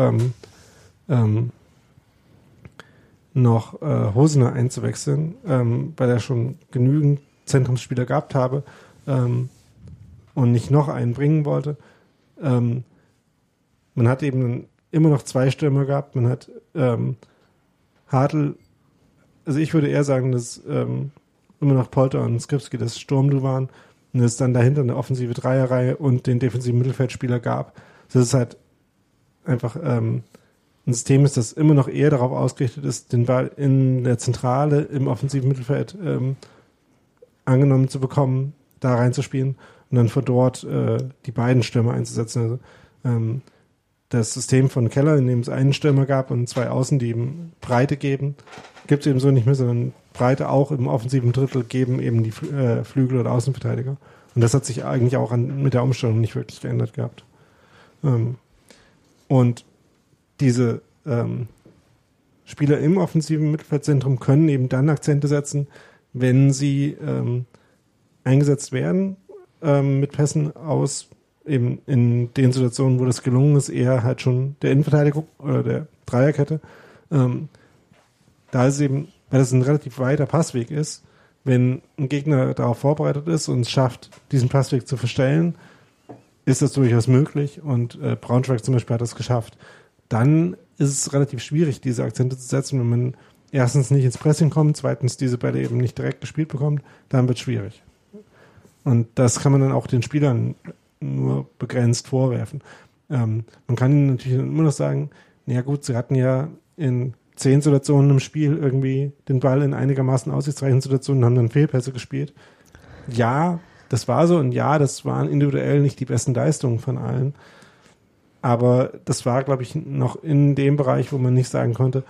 Hosener einzuwechseln, weil er schon genügend Zentrumsspieler gehabt habe und nicht noch einen bringen wollte. Man hat eben immer noch 2 Stürmer gehabt, man hat Hartl, also ich würde eher sagen, dass immer noch Polter und Skripski das Sturmduo waren und es dann dahinter eine offensive Dreierreihe und den defensiven Mittelfeldspieler gab. Das ist halt einfach ein System ist, das immer noch eher darauf ausgerichtet ist, den Ball in der Zentrale im offensiven Mittelfeld angenommen zu bekommen, da reinzuspielen und dann von dort die beiden Stürmer einzusetzen. Also, das System von Keller, in dem es einen Stürmer gab und 2 Außen, die ihm Breite geben, gibt es eben so nicht mehr, sondern Breite auch im offensiven Drittel geben eben die Flügel- oder Außenverteidiger. Und das hat sich eigentlich auch mit der Umstellung nicht wirklich geändert gehabt. Und diese Spieler im offensiven Mittelfeldzentrum können eben dann Akzente setzen, wenn sie eingesetzt werden mit Pässen aus eben in den Situationen, wo das gelungen ist, eher halt schon der Innenverteidigung oder der Dreierkette. Da ist eben, weil das ein relativ weiter Passweg ist, wenn ein Gegner darauf vorbereitet ist und es schafft, diesen Passweg zu verstellen, ist das durchaus möglich und Braunschweig zum Beispiel hat das geschafft. Dann ist es relativ schwierig, diese Akzente zu setzen, wenn man erstens nicht ins Pressing kommt, zweitens diese Bälle eben nicht direkt gespielt bekommt, dann wird es schwierig. Und das kann man dann auch den Spielern nur begrenzt vorwerfen. Man kann ihnen natürlich immer noch sagen, naja gut, sie hatten ja in 10 Situationen im Spiel irgendwie den Ball in einigermaßen aussichtsreichen Situationen, haben dann Fehlpässe gespielt. Ja, das war so und ja, das waren individuell nicht die besten Leistungen von allen. Aber das war, glaube ich, noch in dem Bereich, wo man nicht sagen konnte,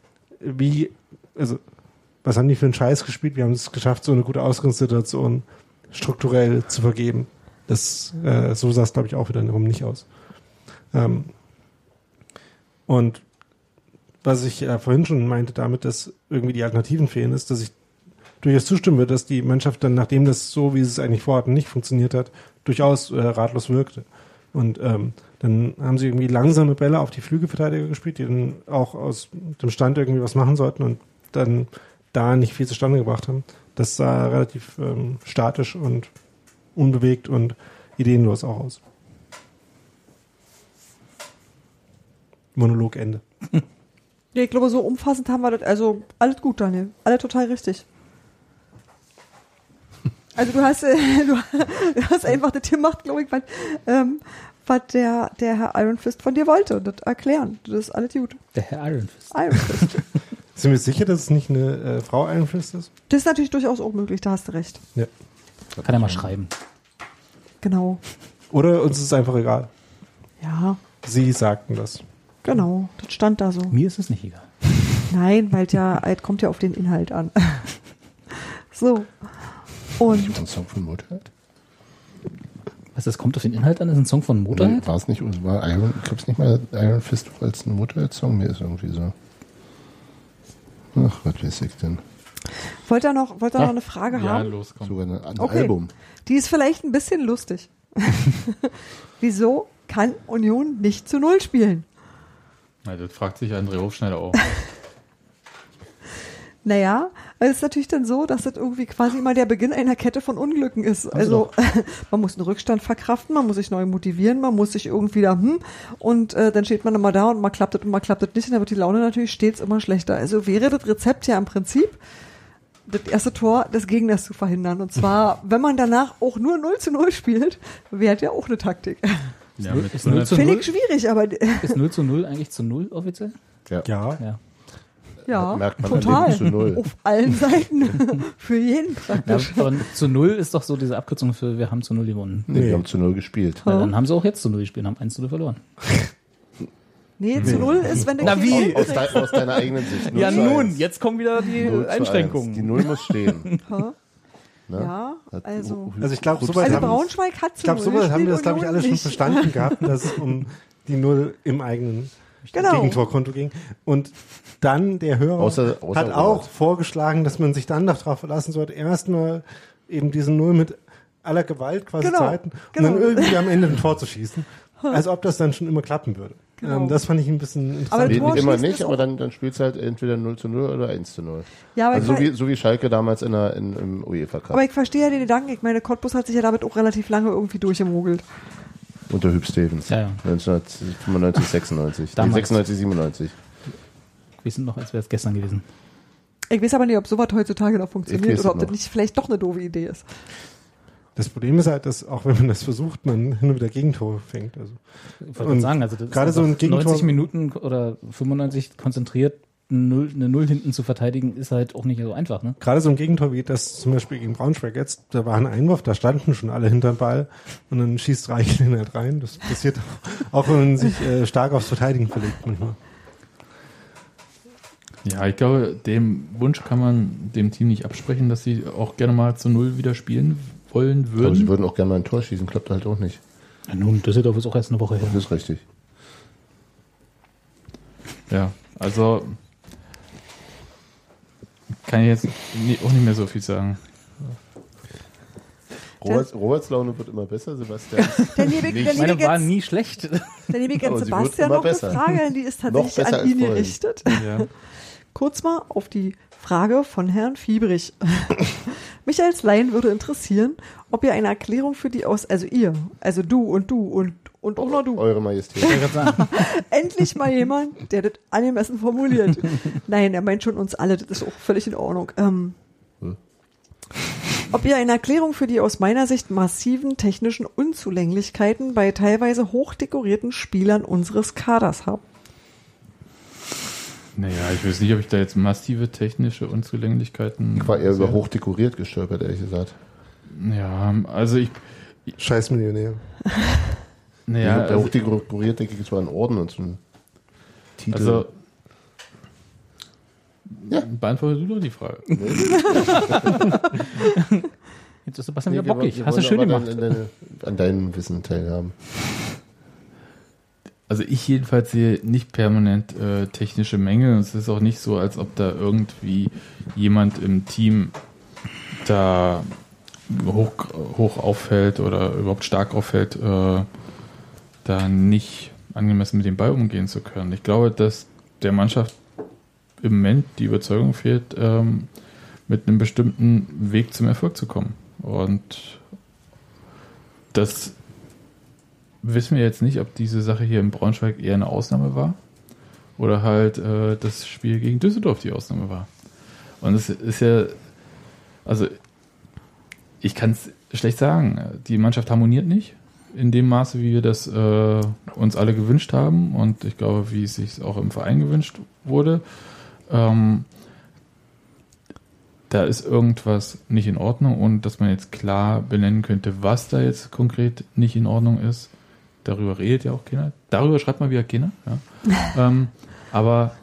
was haben die für einen Scheiß gespielt? Wir haben es geschafft, so eine gute Ausgangssituation strukturell zu vergeben. So sah es, glaube ich, auch wiederum nicht aus. Und was ich vorhin schon meinte damit, dass irgendwie die Alternativen fehlen, ist, dass ich durchaus zustimmen würde, dass die Mannschaft dann, nachdem das so, wie es eigentlich vorhatte, nicht funktioniert hat, durchaus ratlos wirkte. Und dann haben sie irgendwie langsame Bälle auf die Flügelverteidiger gespielt, die dann auch aus dem Stand irgendwie was machen sollten und dann da nicht viel zustande gebracht haben. Das sah relativ statisch und unbewegt und ideenlos auch aus. Monolog Ende. Ja, ich glaube, so umfassend haben wir das, also alles gut, Daniel. Alle total richtig. Also du hast einfach das gemacht, glaube ich, was der Herr Iron Fist von dir wollte und das erklären. Das ist alles gut. Der Herr Iron Fist. Iron Fist. Sind wir sicher, dass es nicht eine Frau Iron Fist ist? Das ist natürlich durchaus auch möglich, da hast du recht. Ja. Kann er mal schreiben. Genau. Oder uns ist es einfach egal. Ja, Sie sagten das. genau. Das stand da so. Mir ist es nicht egal. Nein, weil es kommt ja auf den Inhalt an. So. Und Ein Song von Motorhead? Was, das kommt auf den Inhalt an? Das ist ein Song von Motorhead? War es nicht, war Iron, ich glaube es nicht mal Iron Fist als ein Motorhead-Song, mir ist irgendwie so. Ach, was weiß ich denn? wollt ihr noch eine Frage Ja, haben? los, komm. Sogar ein Okay. Album. Die ist vielleicht ein bisschen lustig. Wieso kann Union nicht zu 0 spielen? Ja, das fragt sich André Hofschneider auch. Naja, es ist natürlich dann so, dass das irgendwie quasi immer der Beginn einer Kette von Unglücken ist. Also man muss einen Rückstand verkraften, man muss sich neu motivieren, man muss sich irgendwie da und dann steht man immer da und mal klappt das und mal klappt das nicht und dann wird die Laune natürlich stets immer schlechter. Also wäre das Rezept ja im Prinzip, das erste Tor des Gegners zu verhindern. Und zwar, wenn man danach auch nur 0:0 spielt, wäre das ja auch eine Taktik. Ja, mit Ist 0 zu Finde 0? ich schwierig, aber Ist 0:0 eigentlich zu 0 offiziell? Ja. Ja. ja, Merkt man total. an dem zu 0. Auf allen Seiten. Für jeden Ja, praktisch. aber zu 0 ist doch so diese Abkürzung für wir haben zu 0 gewonnen. Nee, wir haben zu 0 gespielt. Ja, dann haben sie auch jetzt zu 0 gespielt und haben 1:0 verloren. Nee, zu 0 ist, wenn du Na, wie? keinen Punkt Aus deiner eigenen Sicht. 0 Ja zu nun, 1. jetzt kommen wieder die 0 zu 1. Einschränkungen. Die 0 muss stehen. Ha? Ne? Ja, Hat- also. Also ich glaube, soweit Also haben Braunschweig hat ich zu glaube, 0 soweit haben wir das, gespielt glaube ich, und alle schon nicht. verstanden gehabt, dass es um die 0 im eigenen Genau. Gegentorkonto ging. Und dann der Hörer Außer hat auch Robert. vorgeschlagen, dass man sich dann darauf verlassen sollte, erstmal eben diese 0 mit aller Gewalt quasi Genau, zu halten und genau. dann irgendwie am Ende ein Tor zu schießen. Als ob das dann schon immer klappen würde. Genau. Das fand ich ein bisschen Aber interessant. Nee, Tor immer schießen nicht, ist aber auch- dann spielst du halt entweder 0:0 oder 1:0. Ja, aber, Also ich, so wie Schalke damals im UEFA Cup. aber ich verstehe ja den Gedanken. Ich meine, Cottbus hat sich ja damit auch relativ lange irgendwie durchgemogelt. Unter Hüb Stevens. Ja, ja. 1995, 96. Nee, Damals. 96, 97. Wir sind noch, als wäre es gestern gewesen. Ich weiß aber nicht, ob sowas heutzutage noch Ich funktioniert weiß oder ob es das noch. nicht vielleicht doch eine doofe Idee ist. Das Problem ist halt, dass auch wenn man das versucht, man hin und wieder Gegentore fängt. Also Ich wollte Und gerade sagen, also das gerade ist so ein einfach Gegentor- 90 Minuten oder 95 konzentriert eine Null hinten zu verteidigen, ist halt auch nicht so einfach, ne? gerade so ein Gegentor wie das zum Beispiel gegen Braunschweig jetzt, da war ein Einwurf, da standen schon alle hinterm Ball und dann schießt Reichel ihn halt rein. Das passiert auch wenn man sich stark aufs Verteidigen verlegt manchmal. Ja, ich glaube, dem Wunsch kann man dem Team nicht absprechen, dass sie auch gerne mal zu 0 wieder spielen wollen Aber sie würden. würden auch gerne mal ein Tor schießen, klappt halt auch nicht. Ja, nun, Düsseldorf ist auch erst eine Woche her. Das ist richtig. Ja, also kann ich jetzt auch nicht mehr so viel sagen. Roberts Laune wird immer besser, Sebastian. Meine war nie schlecht. Dann nehme ich Aber jetzt sie wird Sebastian immer noch eine besser. Frage, die ist Noch tatsächlich besser an ihn als vorhin. gerichtet. Ja. Kurz mal auf die Frage von Herrn Fiebrich. Mich als Laien würde interessieren, ob ihr eine Erklärung für die also ihr, also du und auch noch du. Eure Majestät. Endlich mal jemand, der das angemessen formuliert. Nein, er meint schon uns alle, das ist auch völlig in Ordnung. Ob ihr eine Erklärung für die aus meiner Sicht massiven technischen Unzulänglichkeiten bei teilweise hochdekorierten Spielern unseres Kaders habt. Naja, ich weiß nicht, ob ich da jetzt massive technische Unzulänglichkeiten... Ich war eher über sehe. hochdekoriert gestolpert, ehrlich gesagt. Ja, also ich... Scheiß Millionär. Naja, Bei hochdekoriert denke ich, es war ein Orden und so ein Titel. also... Ja. Beantworte du doch die Frage. Jetzt ist Sebastian wieder wir bockig. wollen Hast du schön aber gemacht. an deinem Wissen teilhaben. Also ich jedenfalls sehe nicht permanent technische Mängel. Es ist auch nicht so, als ob da irgendwie jemand im Team da hoch auffällt oder überhaupt stark auffällt, da nicht angemessen mit dem Ball umgehen zu können. Ich glaube, dass der Mannschaft im Moment die Überzeugung fehlt, mit einem bestimmten Weg zum Erfolg zu kommen. Und das wissen wir jetzt nicht, ob diese Sache hier in Braunschweig eher eine Ausnahme war oder halt das Spiel gegen Düsseldorf die Ausnahme war. Und es ist ja, also ich kann es schlecht sagen, die Mannschaft harmoniert nicht in dem Maße, wie wir das uns alle gewünscht haben und ich glaube, wie es sich auch im Verein gewünscht wurde. Da ist irgendwas nicht in Ordnung und dass man jetzt klar benennen könnte, was da jetzt konkret nicht in Ordnung ist. Darüber redet ja auch keiner. Darüber schreibt man wieder keiner. Ja. Aber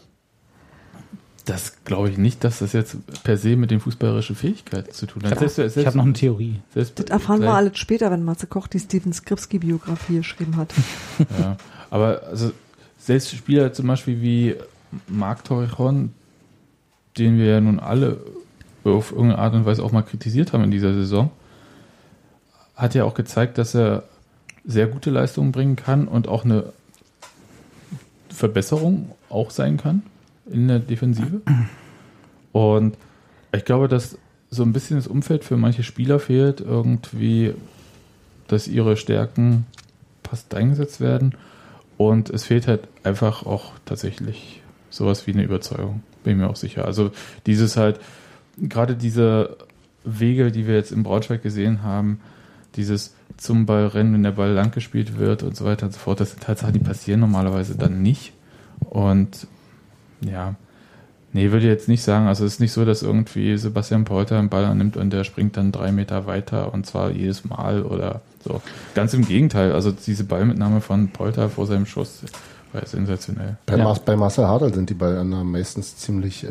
das glaube ich nicht, dass das jetzt per se mit den fußballerischen Fähigkeiten zu tun hat. Ich habe noch eine Theorie. Das erfahren wir alles später, wenn Matze Koch die Steven Skripski-Biografie geschrieben hat. Ja, aber also selbst Spieler zum Beispiel wie Marc Torrejon, den wir ja nun alle auf irgendeine Art und Weise auch mal kritisiert haben in dieser Saison, hat ja auch gezeigt, dass er sehr gute Leistungen bringen kann und auch eine Verbesserung auch sein kann in der Defensive. Und ich glaube, dass so ein bisschen das Umfeld für manche Spieler fehlt, irgendwie, dass ihre Stärken passend eingesetzt werden. Und es fehlt halt einfach auch tatsächlich sowas wie eine Überzeugung, bin ich mir auch sicher. Also dieses halt, gerade diese Wege, die wir jetzt in Braunschweig gesehen haben, dieses zum Ball rennen, wenn der Ball lang gespielt wird und so weiter und so fort, das sind halt Sachen, die passieren normalerweise dann nicht. Und ja, nee, würde ich jetzt nicht sagen, also es ist nicht so, dass irgendwie Sebastian Polter einen Ball annimmt und der springt dann 3 Meter weiter und zwar jedes Mal oder so. Ganz im Gegenteil, also diese Ballmitnahme von Polter vor seinem Schuss war sensationell. Bei Marcel Hartl sind die Ballannahmen meistens ziemlich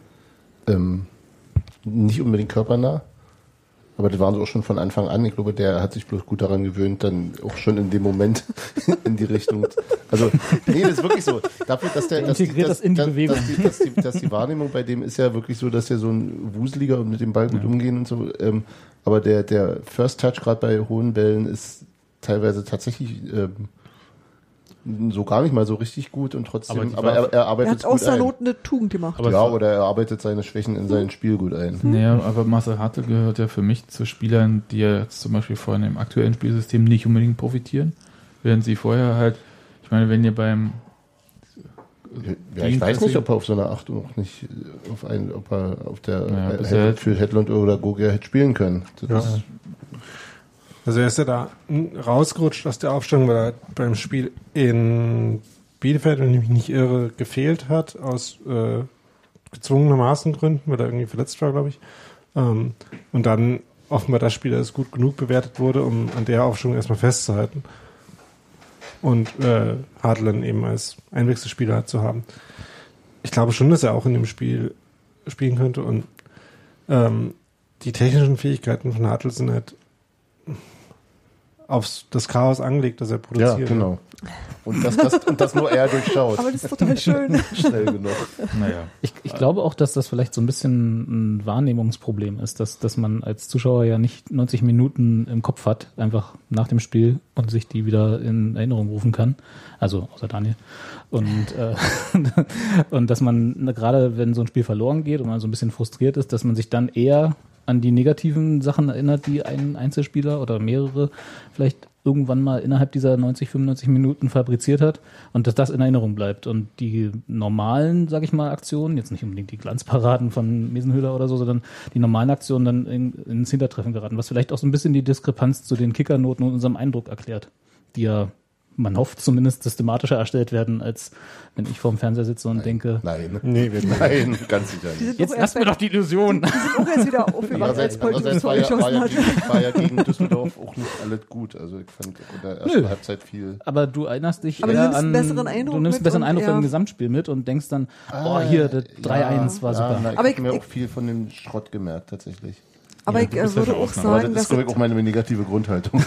nicht unbedingt körpernah, aber das waren sie auch schon von Anfang an. Ich glaube, der hat sich bloß gut daran gewöhnt, dann auch schon in dem Moment in die Richtung. Also, nee, das ist wirklich so. Dafür, dass der integriert das in die Bewegung. Dass die Wahrnehmung bei dem ist ja wirklich so, dass er so ein Wuseliger und mit dem Ball gut umgehen und so. Aber der First Touch gerade bei hohen Bällen ist teilweise tatsächlich so gar nicht mal so richtig gut und trotzdem, aber er arbeitet es Er hat gut aus der ein. Not eine Tugend gemacht. Aber Ja, oder er arbeitet seine Schwächen in sein Spiel gut ein. Naja, aber Marcel Hartl gehört ja für mich zu Spielern, die ja jetzt zum Beispiel von dem aktuellen Spielsystem nicht unbedingt profitieren, während sie vorher halt, ich meine, wenn ihr beim Ja, ich weiß nicht, ob er auf so einer 8 noch nicht ob er auf der bisher für Hedlund oder Gogia hätte spielen können. Das ist, Also er ist ja da rausgerutscht aus der Aufstellung, weil er beim Spiel in Bielefeld, wenn ich mich nicht irre, gefehlt hat, aus gezwungenermaßen Gründen, weil er irgendwie verletzt war, glaube ich. Und dann offenbar das Spiel als gut genug bewertet wurde, um an der Aufstellung erstmal festzuhalten. Und Hartl dann eben als Einwechselspieler zu haben. Ich glaube schon, dass er auch in dem Spiel spielen könnte und die technischen Fähigkeiten von Hartl sind halt auf das Chaos angelegt, das er produziert. Ja, genau. Und das nur er durchschaut. Aber das ist total schön. Schnell genug. Naja. Ich glaube auch, dass das vielleicht so ein bisschen ein Wahrnehmungsproblem ist, dass man als Zuschauer ja nicht 90 Minuten im Kopf hat, einfach nach dem Spiel und sich die wieder in Erinnerung rufen kann. Also außer Daniel. Und dass man gerade, wenn so ein Spiel verloren geht und man so ein bisschen frustriert ist, dass man sich dann eher an die negativen Sachen erinnert, die ein Einzelspieler oder mehrere vielleicht irgendwann mal innerhalb dieser 90, 95 Minuten fabriziert hat und dass das in Erinnerung bleibt. Und die normalen, sag ich mal, Aktionen, jetzt nicht unbedingt die Glanzparaden von Mesenhöhler oder so, sondern die normalen Aktionen dann ins Hintertreffen geraten, was vielleicht auch so ein bisschen die Diskrepanz zu den Kickernoten und unserem Eindruck erklärt, die ja, man hofft, zumindest systematischer erstellt werden, als wenn ich vorm Fernseher sitze und denke... Nein, ganz sicher nicht. Jetzt lass mir doch die Illusion. Die sind auch jetzt wieder aufgewacht, als Polter war geschossen hat. ja gegen Düsseldorf auch nicht alles gut. Also ich fand in der ersten Halbzeit viel... Aber du erinnerst dich Aber eher du nimmst einen besseren Eindruck du nimmst einen besseren mit Eindruck und vom ja. Gesamtspiel mit und denkst dann, hier, das 3-1 war super. Na, ich Aber habe mir auch viel von dem Schrott gemerkt, tatsächlich. Aber ich würde auch Aber sagen, das dass ist, glaube ich, auch meine negative Grundhaltung.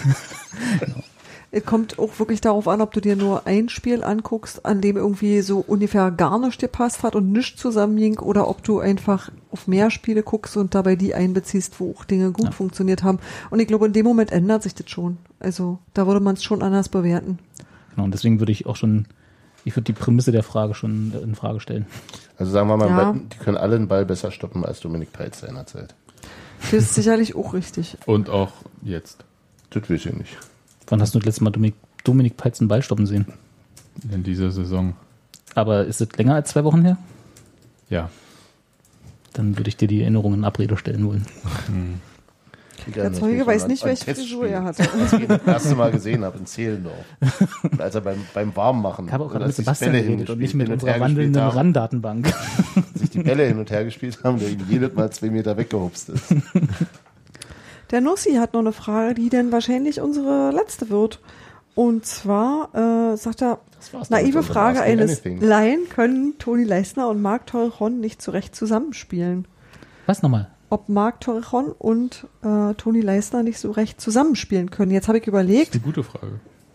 es kommt auch wirklich darauf an, ob du dir nur ein Spiel anguckst, an dem irgendwie so ungefähr gar nichts gepasst hat und nichts zusammenging, oder ob du einfach auf mehr Spiele guckst und dabei die einbeziehst, wo auch Dinge gut funktioniert haben. Und ich glaube, in dem Moment ändert sich das schon. Also da würde man es schon anders bewerten. Genau, und deswegen würde ich würde die Prämisse der Frage schon in Frage stellen. Also sagen wir mal, Ja. die können alle einen Ball besser stoppen als Dominik Peitz seinerzeit. Das ist sicherlich auch richtig. Und auch jetzt. Das will ich nicht. Wann hast du das letzte Mal Dominik Peitz einen Ball stoppen sehen? In dieser Saison. Aber ist es länger als 2 Wochen her? Ja. Dann würde ich dir die Erinnerungen in Abrede stellen wollen. Der Zeuge weiß nicht, welche Frisur er hatte. Als ich ihn das erste Mal gesehen habe in Zehlendorf. Und als er beim Warmmachen Ich habe auch gerade als mit sich Sebastian Bälle geredet und nicht hingespielt, mit hin und unserer her gespielt wandelnden haben, RAN-Datenbank. sich die Bälle hin und her gespielt haben, der ihm jedes Mal 2 Meter weggehupst ist. Der Nussi hat noch eine Frage, die dann wahrscheinlich unsere letzte wird. Und zwar sagt er, war's naive damit, Frage Ask Me eines Anything. Laien, können Toni Leisner und Marc Torrejon nicht so recht zusammenspielen? Was nochmal? Ob Marc Torrejon und Toni Leisner nicht so recht zusammenspielen können. Jetzt habe ich Das überlegt, ist eine gute Frage.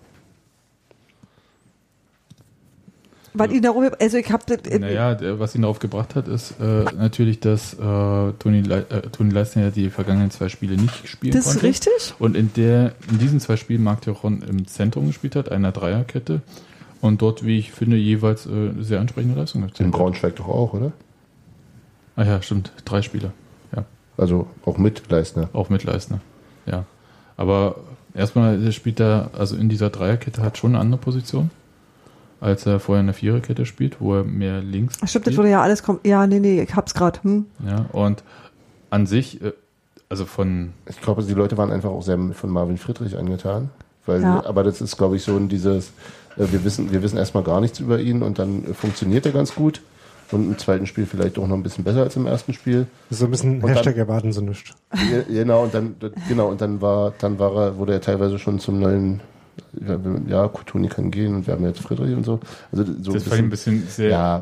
weil ihn darüber, also ich habe Naja, was ihn darauf gebracht hat, ist natürlich, dass Toni Leisner ja die vergangenen 2 Spiele nicht spielen das konnte. ist richtig. Und in diesen 2 Spielen Marc Torrejon im Zentrum gespielt hat, einer Dreierkette. Und dort, wie ich finde, jeweils sehr ansprechende Leistung In erzielt hat. Braunschweig doch auch, oder? Ah ja, stimmt. 3 Spieler. Ja, Also auch mit Leistner. auch mit Leisner. Ja. Aber erstmal spielt er, also in dieser Dreierkette hat schon eine andere Position, als er vorher in der Viererkette spielt, wo er mehr links Ach, stimmt, das spielt. würde ja alles kommen. Ja, nee, ich hab's gerade. Ja, und an sich, also von, Ich glaube, die Leute waren einfach auch sehr von Marvin Friedrich angetan. Weil, Ja. aber das ist, glaube ich, so in dieses, wir wissen erstmal gar nichts über ihn und dann funktioniert er ganz gut. Und im zweiten Spiel vielleicht auch noch ein bisschen besser als im ersten Spiel. Das ist so ein bisschen Und Hashtag erwarten sie nichts. Genau, und dann wurde er teilweise schon zum neuen, ja, Toni kann gehen und wir haben jetzt Friedrich und so. Also so das war ein bisschen sehr, ja,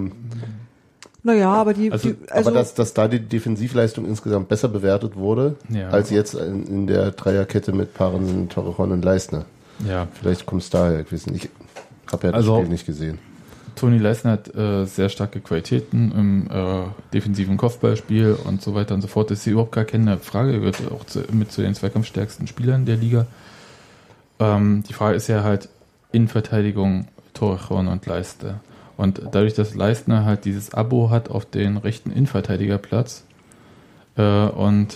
Naja, aber Also- aber dass da die Defensivleistung insgesamt besser bewertet wurde, Ja. als jetzt in der Dreierkette mit Paaren, Torrejon und Leistner. ja. Vielleicht kommt es daher, ich weiß nicht. Ich habe ja das Also- Spiel nicht gesehen. Toni Leisner hat sehr starke Qualitäten im defensiven Kopfballspiel und so weiter und so fort. Das ist hier überhaupt gar keine Frage. Er gehört auch mit zu den zweikampfstärksten Spielern der Liga. Die Frage ist ja halt Innenverteidigung, Torrejon und Leisner. Und dadurch, dass Leisner halt dieses Abo hat auf den rechten Innenverteidigerplatz und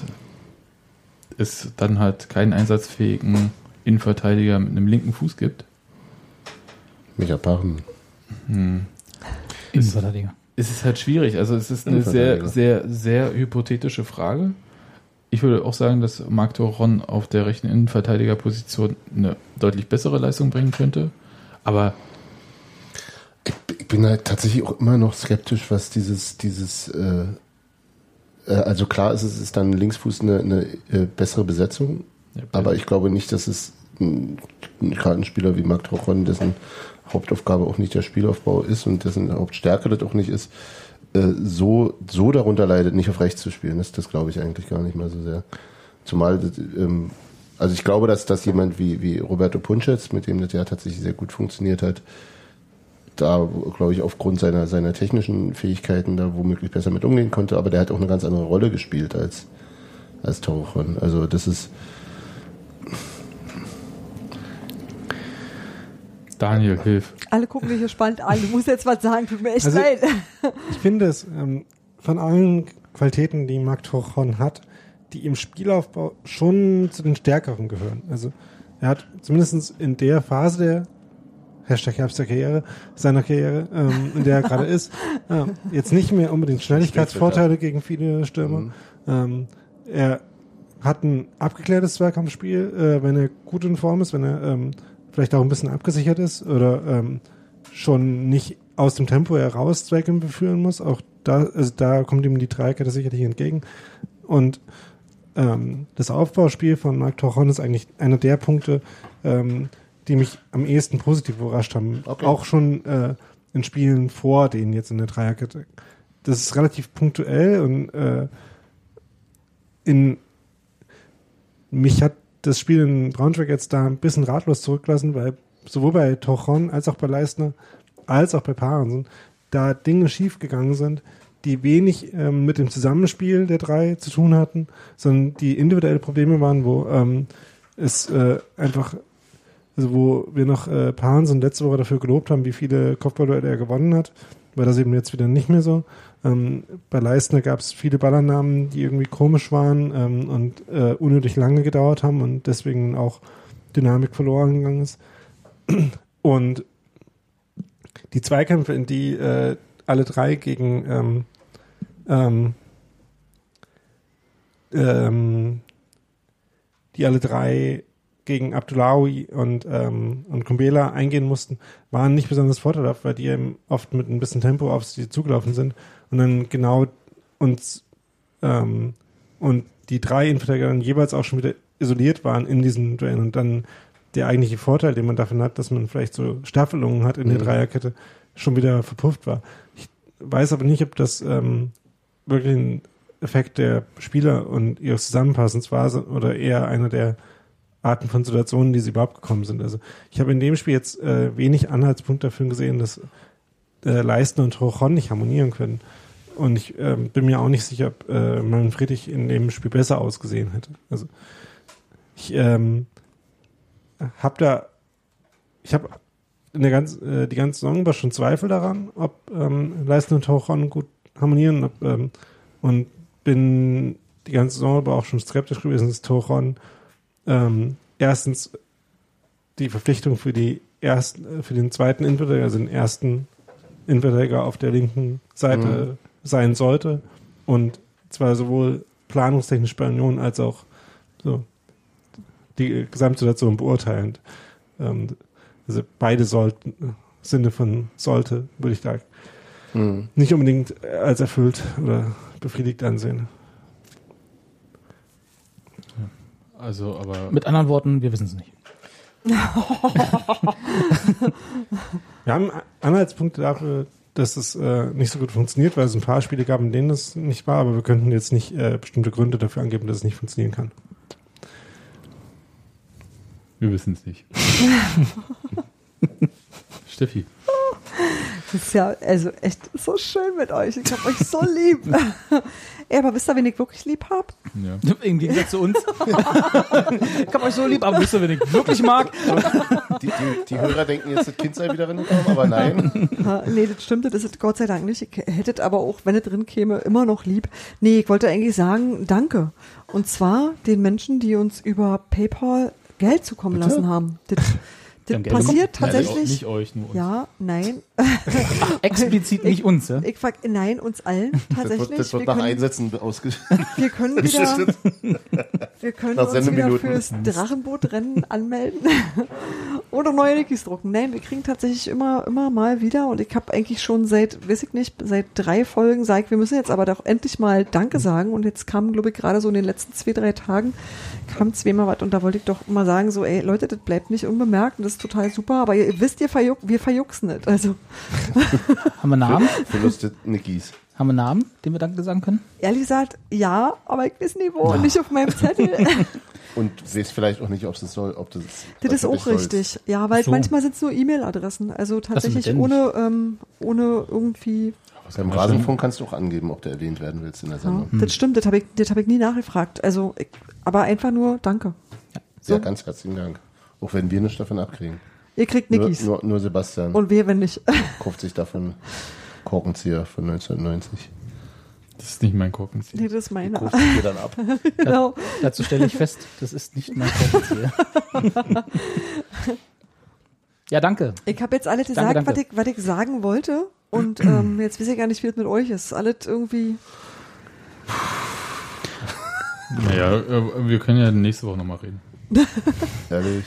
es dann halt keinen einsatzfähigen Innenverteidiger mit einem linken Fuß gibt, Micha Paaren. Innenverteidiger. es ist halt schwierig. Also es ist eine sehr, Innenverteidiger. sehr, sehr hypothetische Frage. Ich würde auch sagen, dass Marc Torrejon auf der rechten Innenverteidigerposition eine deutlich bessere Leistung bringen könnte. Aber Ich bin halt tatsächlich auch immer noch skeptisch, was also klar ist, es ist dann Linksfuß eine bessere Besetzung, aber ich glaube nicht, dass es ein Kartenspieler wie Marc Torrejon, dessen Hauptaufgabe auch nicht der Spielaufbau ist und dessen Hauptstärke das auch nicht ist, so darunter leidet, nicht auf rechts zu spielen. Das glaube ich eigentlich gar nicht mal so sehr. Zumal, Also ich glaube, dass jemand wie Roberto Punschetz, mit dem das ja tatsächlich sehr gut funktioniert hat, da, glaube ich, aufgrund seiner technischen Fähigkeiten da womöglich besser mit umgehen konnte, aber der hat auch eine ganz andere Rolle gespielt als Torrejon. Also das ist... Daniel, hilf. Alle gucken dich gespannt an. Du musst jetzt was sagen, tut mir echt Also, leid. Ich finde es von allen Qualitäten, die Marc Torrejon hat, die im Spielaufbau schon zu den Stärkeren gehören. Also er hat zumindest in der Phase der seiner Karriere, in der er gerade ist, jetzt nicht mehr unbedingt Schnelligkeitsvorteile gegen viele Stürmer. Er hat ein abgeklärtes Zweikampfspiel, wenn er gut in Form ist, wenn er vielleicht auch ein bisschen abgesichert ist oder schon nicht aus dem Tempo heraus Zweikämpfe führen muss. Auch da kommt ihm die Dreierkette sicherlich entgegen. Und das Aufbauspiel von Marc Torrejon ist eigentlich einer der Punkte, die mich am ehesten positiv überrascht haben. Okay. Auch schon in Spielen vor denen jetzt in der Dreierkette. Das ist relativ punktuell und mich hat das Spiel in Braunschweig jetzt da ein bisschen ratlos zurückgelassen, weil sowohl bei Torrejon als auch bei Leistner als auch bei Parensen da Dinge schiefgegangen sind, die wenig mit dem Zusammenspiel der drei zu tun hatten, sondern die individuelle Probleme waren, wo es einfach, also wo wir noch Parensen letzte Woche dafür gelobt haben, wie viele Kopfballduelle er gewonnen hat, war das eben jetzt wieder nicht mehr so. Bei Leistner gab es viele Ballannahmen, die irgendwie komisch waren und unnötig lange gedauert haben und deswegen auch Dynamik verloren gegangen ist. Und die Zweikämpfe, in die alle drei gegen gegen Abdullaoui und Kumbela eingehen mussten, waren nicht besonders vorteilhaft, weil die eben oft mit ein bisschen Tempo auf sie zugelaufen sind und dann genau uns und die drei Innenverteidiger dann jeweils auch schon wieder isoliert waren in diesen Duellen und dann der eigentliche Vorteil, den man davon hat, dass man vielleicht so Staffelungen hat in der Dreierkette, schon wieder verpufft war. Ich weiß aber nicht, ob das wirklich ein Effekt der Spieler und ihres Zusammenpassens war oder eher einer der Arten von Situationen, die sie überhaupt gekommen sind. Also ich habe in dem Spiel jetzt wenig Anhaltspunkte dafür gesehen, dass Leistner und Torrejon nicht harmonieren können. Und ich bin mir auch nicht sicher, ob Marvin Friedrich in dem Spiel besser ausgesehen hätte. Also ich habe die ganze Saison über schon Zweifel daran, ob Leistner und Torrejon gut harmonieren und bin die ganze Saison aber auch schon skeptisch gewesen, dass Torrejon erstens die Verpflichtung für den zweiten Innenverteidiger, also den ersten Innenverteidiger auf der linken Seite sein sollte und zwar sowohl planungstechnisch bei Union als auch so die Gesamtsituation beurteilend. Also beide Sinne von sollte, würde ich da nicht unbedingt als erfüllt oder befriedigt ansehen. Also, aber mit anderen Worten, wir wissen es nicht. Wir haben Anhaltspunkte dafür, dass es nicht so gut funktioniert, weil es ein paar Spiele gab, in denen das nicht war, aber wir könnten jetzt nicht bestimmte Gründe dafür angeben, dass es nicht funktionieren kann. Wir wissen es nicht. Steffi. Das ist ja also echt so schön mit euch. Ich hab euch so lieb. Aber wisst ihr, wen ich wirklich lieb hab? Ja. Im Gegensatz zu uns. Ich hab euch so lieb, aber wisst ihr, wen ich wirklich mag? Die Hörer denken jetzt, das Kind sei wieder reingekommen, aber nein. Nee, das stimmt, das ist Gott sei Dank nicht. Ich hätte es aber auch, wenn es drin käme, immer noch lieb. Nee, ich wollte eigentlich sagen, danke. Und zwar den Menschen, die uns über PayPal Geld zukommen lassen haben. Das passiert tatsächlich. Nicht euch, nur uns. Ja, nein. Ach, explizit nicht uns, ja? Nein, uns allen tatsächlich. Das wird nach Einsätzen ausgeschrieben. Wir können uns wieder fürs Drachenbootrennen anmelden oder neue Nikis drucken. Nein, wir kriegen tatsächlich immer mal wieder und ich habe eigentlich schon seit 3 Folgen gesagt, wir müssen jetzt aber doch endlich mal Danke sagen und jetzt kam, glaube ich, gerade so in den letzten 2-3 Tagen kam zweimal was und da wollte ich doch mal sagen, so, ey Leute, das bleibt nicht unbemerkt und das ist ist total super, aber ihr wisst, wir verjuxen nicht. Also Haben wir Namen? Verluste Nickis. Haben wir Namen, den wir Danke sagen können? ehrlich gesagt, ja, aber ich weiß nicht wo und nicht auf meinem Zettel. Und weiß vielleicht auch nicht, ob das soll, ob das. Das ist auch richtig. Ja, weil So. manchmal sind es nur E-Mail-Adressen. Also tatsächlich denn ohne irgendwie. Beim Rasenfunk kannst du auch angeben, ob du erwähnt werden willst in der Ja, Sendung. das stimmt, das hab ich nie nachgefragt. Also, aber einfach nur Danke. Ja, So. ganz herzlichen Dank. Auch wenn wir nichts davon abkriegen. Ihr kriegt Nickis. Nur Sebastian Und wir, wenn nicht. kauft sich davon Korkenzieher von 1990. Das ist nicht mein Korkenzieher. Nee, das ist meiner. Kauft sich dir dann ab. Genau. Dazu stelle ich fest, das ist nicht mein Korkenzieher. Ja, danke. Ich habe jetzt alles gesagt, Danke. was ich sagen wollte. Und jetzt weiß ich gar nicht, wie es mit euch ist. Alles irgendwie. Naja, wir können ja nächste Woche nochmal reden. Ehrlich.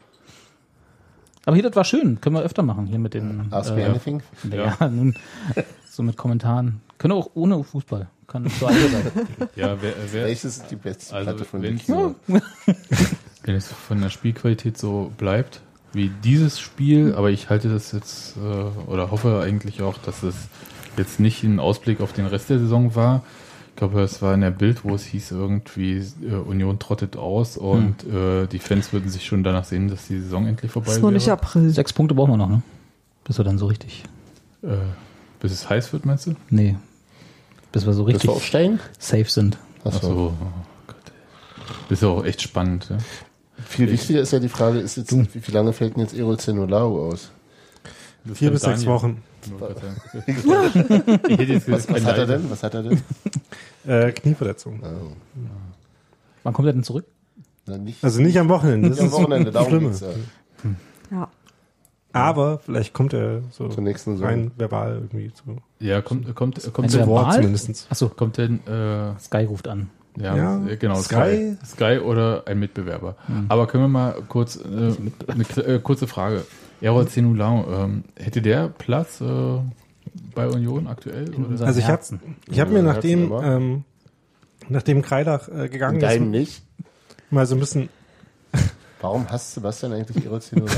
Aber hier, das war schön. Können wir öfter machen, hier mit den... Ask me anything. Ja, nun, so mit Kommentaren. Können wir auch ohne Fußball. Kann so eine Seite. Ja, Welches ist die beste Also, Platte von wenn- Niki? wenn es von der Spielqualität so bleibt wie dieses Spiel, aber ich halte das jetzt oder hoffe eigentlich auch, dass es jetzt nicht ein Ausblick auf den Rest der Saison war. Ich glaube, es war in der Bild, wo es hieß irgendwie, Union trottet aus und die Fans würden sich schon danach sehen, dass die Saison endlich vorbei Das ist wäre. noch nicht April. 6 Punkte brauchen wir noch, ne? Bis wir dann so richtig... Bis es heiß wird, meinst du? Nee. Bis wir so Das richtig war aufsteigen? safe sind. Achso. Oh Gott. Das ist ja auch echt spannend. Ja? Viel wichtiger ist ja die Frage, ist jetzt, wie lange fällt denn jetzt Erol Zenolao aus? 4 bis 6 Wochen. Ich hätte jetzt gesagt, Was hat er denn? Knieverletzung. Oh. Wann kommt er denn zurück? Na, nicht, Also nicht am Wochenende. Das am ist Wochenende, darum Schlimme. geht's ja. Ja. Aber vielleicht kommt er so Zur nächsten Saison. rein verbal irgendwie zu Ja, kommt Entweder Wort Verbal? zumindest. Achso, kommt denn Sky ruft an. ja, Ja, genau, Sky. Sky oder ein Mitbewerber. Aber können wir mal kurz eine kurze Frage. Erol Zenolao, hätte der Platz bei Union aktuell? Oder? Also ich habe Herzen. hab mir Herzen nachdem Kreilach gegangen In deinem ist, nicht? mal so ein bisschen, Warum hasst Sebastian eigentlich Erol Zenolao?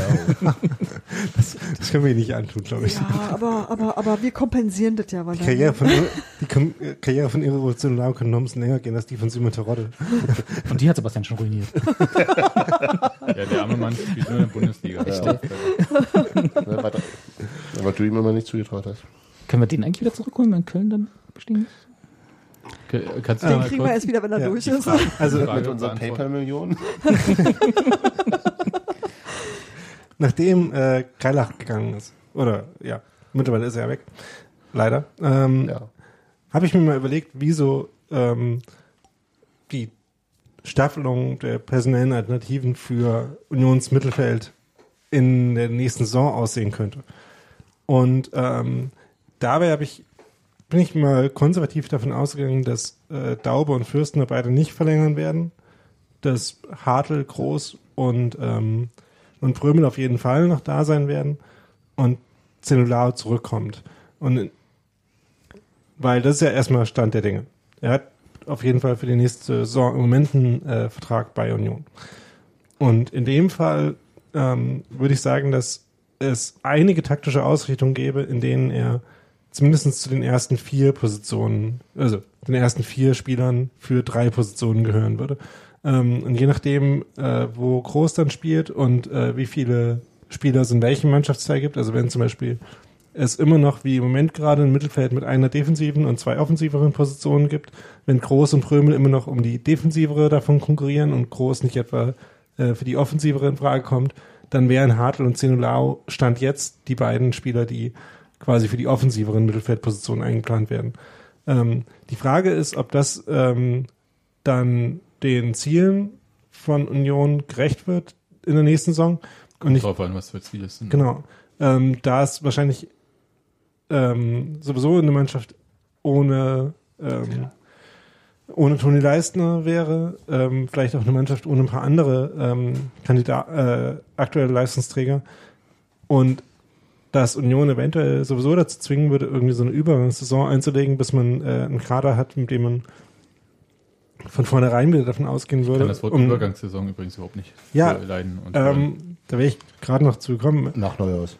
das können wir nicht antun, glaube ich. Ja, aber wir kompensieren das ja. Weil Die Karriere von Erol Zenolao kann noch ein bisschen länger gehen als die von Simon Terodde. Und die hat Sebastian schon ruiniert. Ja, der arme Mann spielt nur in der Bundesliga. Ja, weiter. Aber du ihm immer nicht zugetraut hast. Können wir den eigentlich wieder zurückholen, wenn in Köln dann bestiegen ist? Kannst du Den mal kriegen wir kurz erst wieder, wenn er Ja, durch die ist. Frage- Also Frage Mit unseren beantworten? PayPal-Millionen? nachdem Kreilach gegangen ist, oder ja, mittlerweile ist er ja weg, leider, Ja. habe ich mir mal überlegt, wieso die Staffelung der personellen Alternativen für Unions Mittelfeld in der nächsten Saison aussehen könnte. Und dabei bin ich mal konservativ davon ausgegangen, dass Daube und Fürstner beide nicht verlängern werden, dass Hartl, Groß und Prömel auf jeden Fall noch da sein werden und Zenolao zurückkommt. Und weil das ist ja erstmal Stand der Dinge. Er hat auf jeden Fall für die nächste Saison im Moment einen Vertrag bei Union. Und in dem Fall würde ich sagen, dass es einige taktische Ausrichtungen gäbe, in denen er zumindest zu den ersten 4 Positionen, also den ersten 4 Spielern für 3 Positionen gehören würde. Und je nachdem, wo Groß dann spielt und wie viele Spieler es in welchem Mannschaftsteil gibt, also wenn zum Beispiel es immer noch wie im Moment gerade ein Mittelfeld mit einer defensiven und 2 offensiveren Positionen gibt, wenn Groß und Prömel immer noch um die defensivere davon konkurrieren und Groß nicht etwa für die offensivere in Frage kommt, dann wären Hartl und Zenolao Stand jetzt die beiden Spieler, die quasi für die offensiveren Mittelfeldpositionen eingeplant werden. Die Frage ist, ob das dann den Zielen von Union gerecht wird in der nächsten Saison. Und ich, Drauf an, was für Ziele es sind. genau, da es wahrscheinlich sowieso eine Mannschaft ohne Toni Leistner wäre, vielleicht auch eine Mannschaft ohne ein paar andere aktuelle Leistungsträger und dass Union eventuell sowieso dazu zwingen würde, irgendwie so eine Übergangssaison einzulegen, bis man einen Kader hat, mit dem man von vornherein wieder davon ausgehen Ich würde. kann das Wort Übergangssaison übrigens überhaupt nicht Ja, leiden. Und Da wäre ich gerade noch zugekommen. Nach Neuhaus.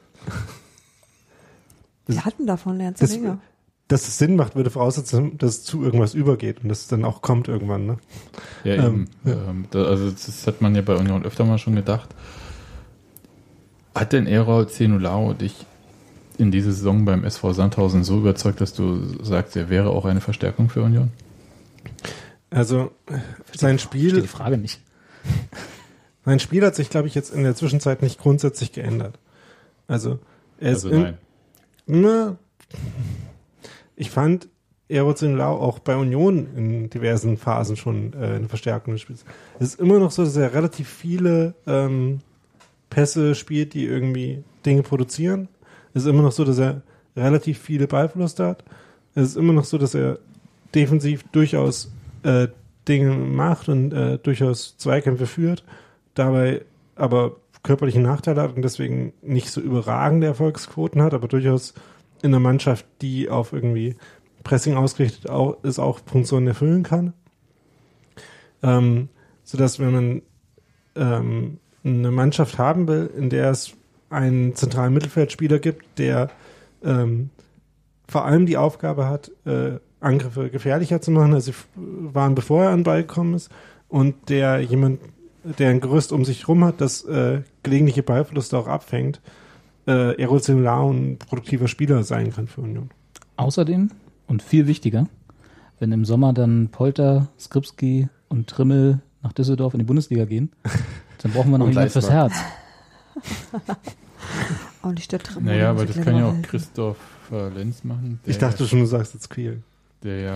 Wir hatten davon lernst du Das, länger. dass es Sinn macht, würde voraussetzen, dass es zu irgendwas übergeht und dass es dann auch kommt irgendwann. Ne? Ja, eben. Also das hat man ja bei Union öfter mal schon gedacht. Hat denn Erol Zenulao dich in dieser Saison beim SV Sandhausen so überzeugt, dass du sagst, er wäre auch eine Verstärkung für Union? Also sein Ich verstehe Spiel, die Frage nicht. sein Spiel hat sich, glaube ich, jetzt in der Zwischenzeit nicht grundsätzlich geändert. Also er ist Also nein. Ich fand Erol Zenulao auch bei Union in diversen Phasen schon eine Verstärkung des Spiels. Es ist immer noch so, dass er relativ viele Pässe spielt, die irgendwie Dinge produzieren. Es ist immer noch so, dass er relativ viele Ballverluste hat. Es ist immer noch so, dass er defensiv durchaus Dinge macht und durchaus Zweikämpfe führt, dabei aber körperliche Nachteile hat und deswegen nicht so überragende Erfolgsquoten hat, aber durchaus in einer Mannschaft, die auf irgendwie Pressing ausgerichtet ist, auch Funktionen erfüllen kann. Sodass, wenn man eine Mannschaft haben will, in der es einen zentralen Mittelfeldspieler gibt, der vor allem die Aufgabe hat, Angriffe gefährlicher zu machen, als sie waren, bevor er an den Ball gekommen ist, und der ein Gerüst um sich rum hat, das gelegentliche Ballverluste auch abfängt, Erol Zenulao ein produktiver Spieler sein kann für Union. Außerdem, und viel wichtiger, wenn im Sommer dann Polter, Skripski und Trimmel nach Düsseldorf in die Bundesliga gehen, dann brauchen wir noch Und jemand fürs Herz. Auch nicht der Trimmel. Naja, aber das kann ja auch Christoph Lenz machen. Ich dachte schon, du sagst jetzt Kiel. Der ja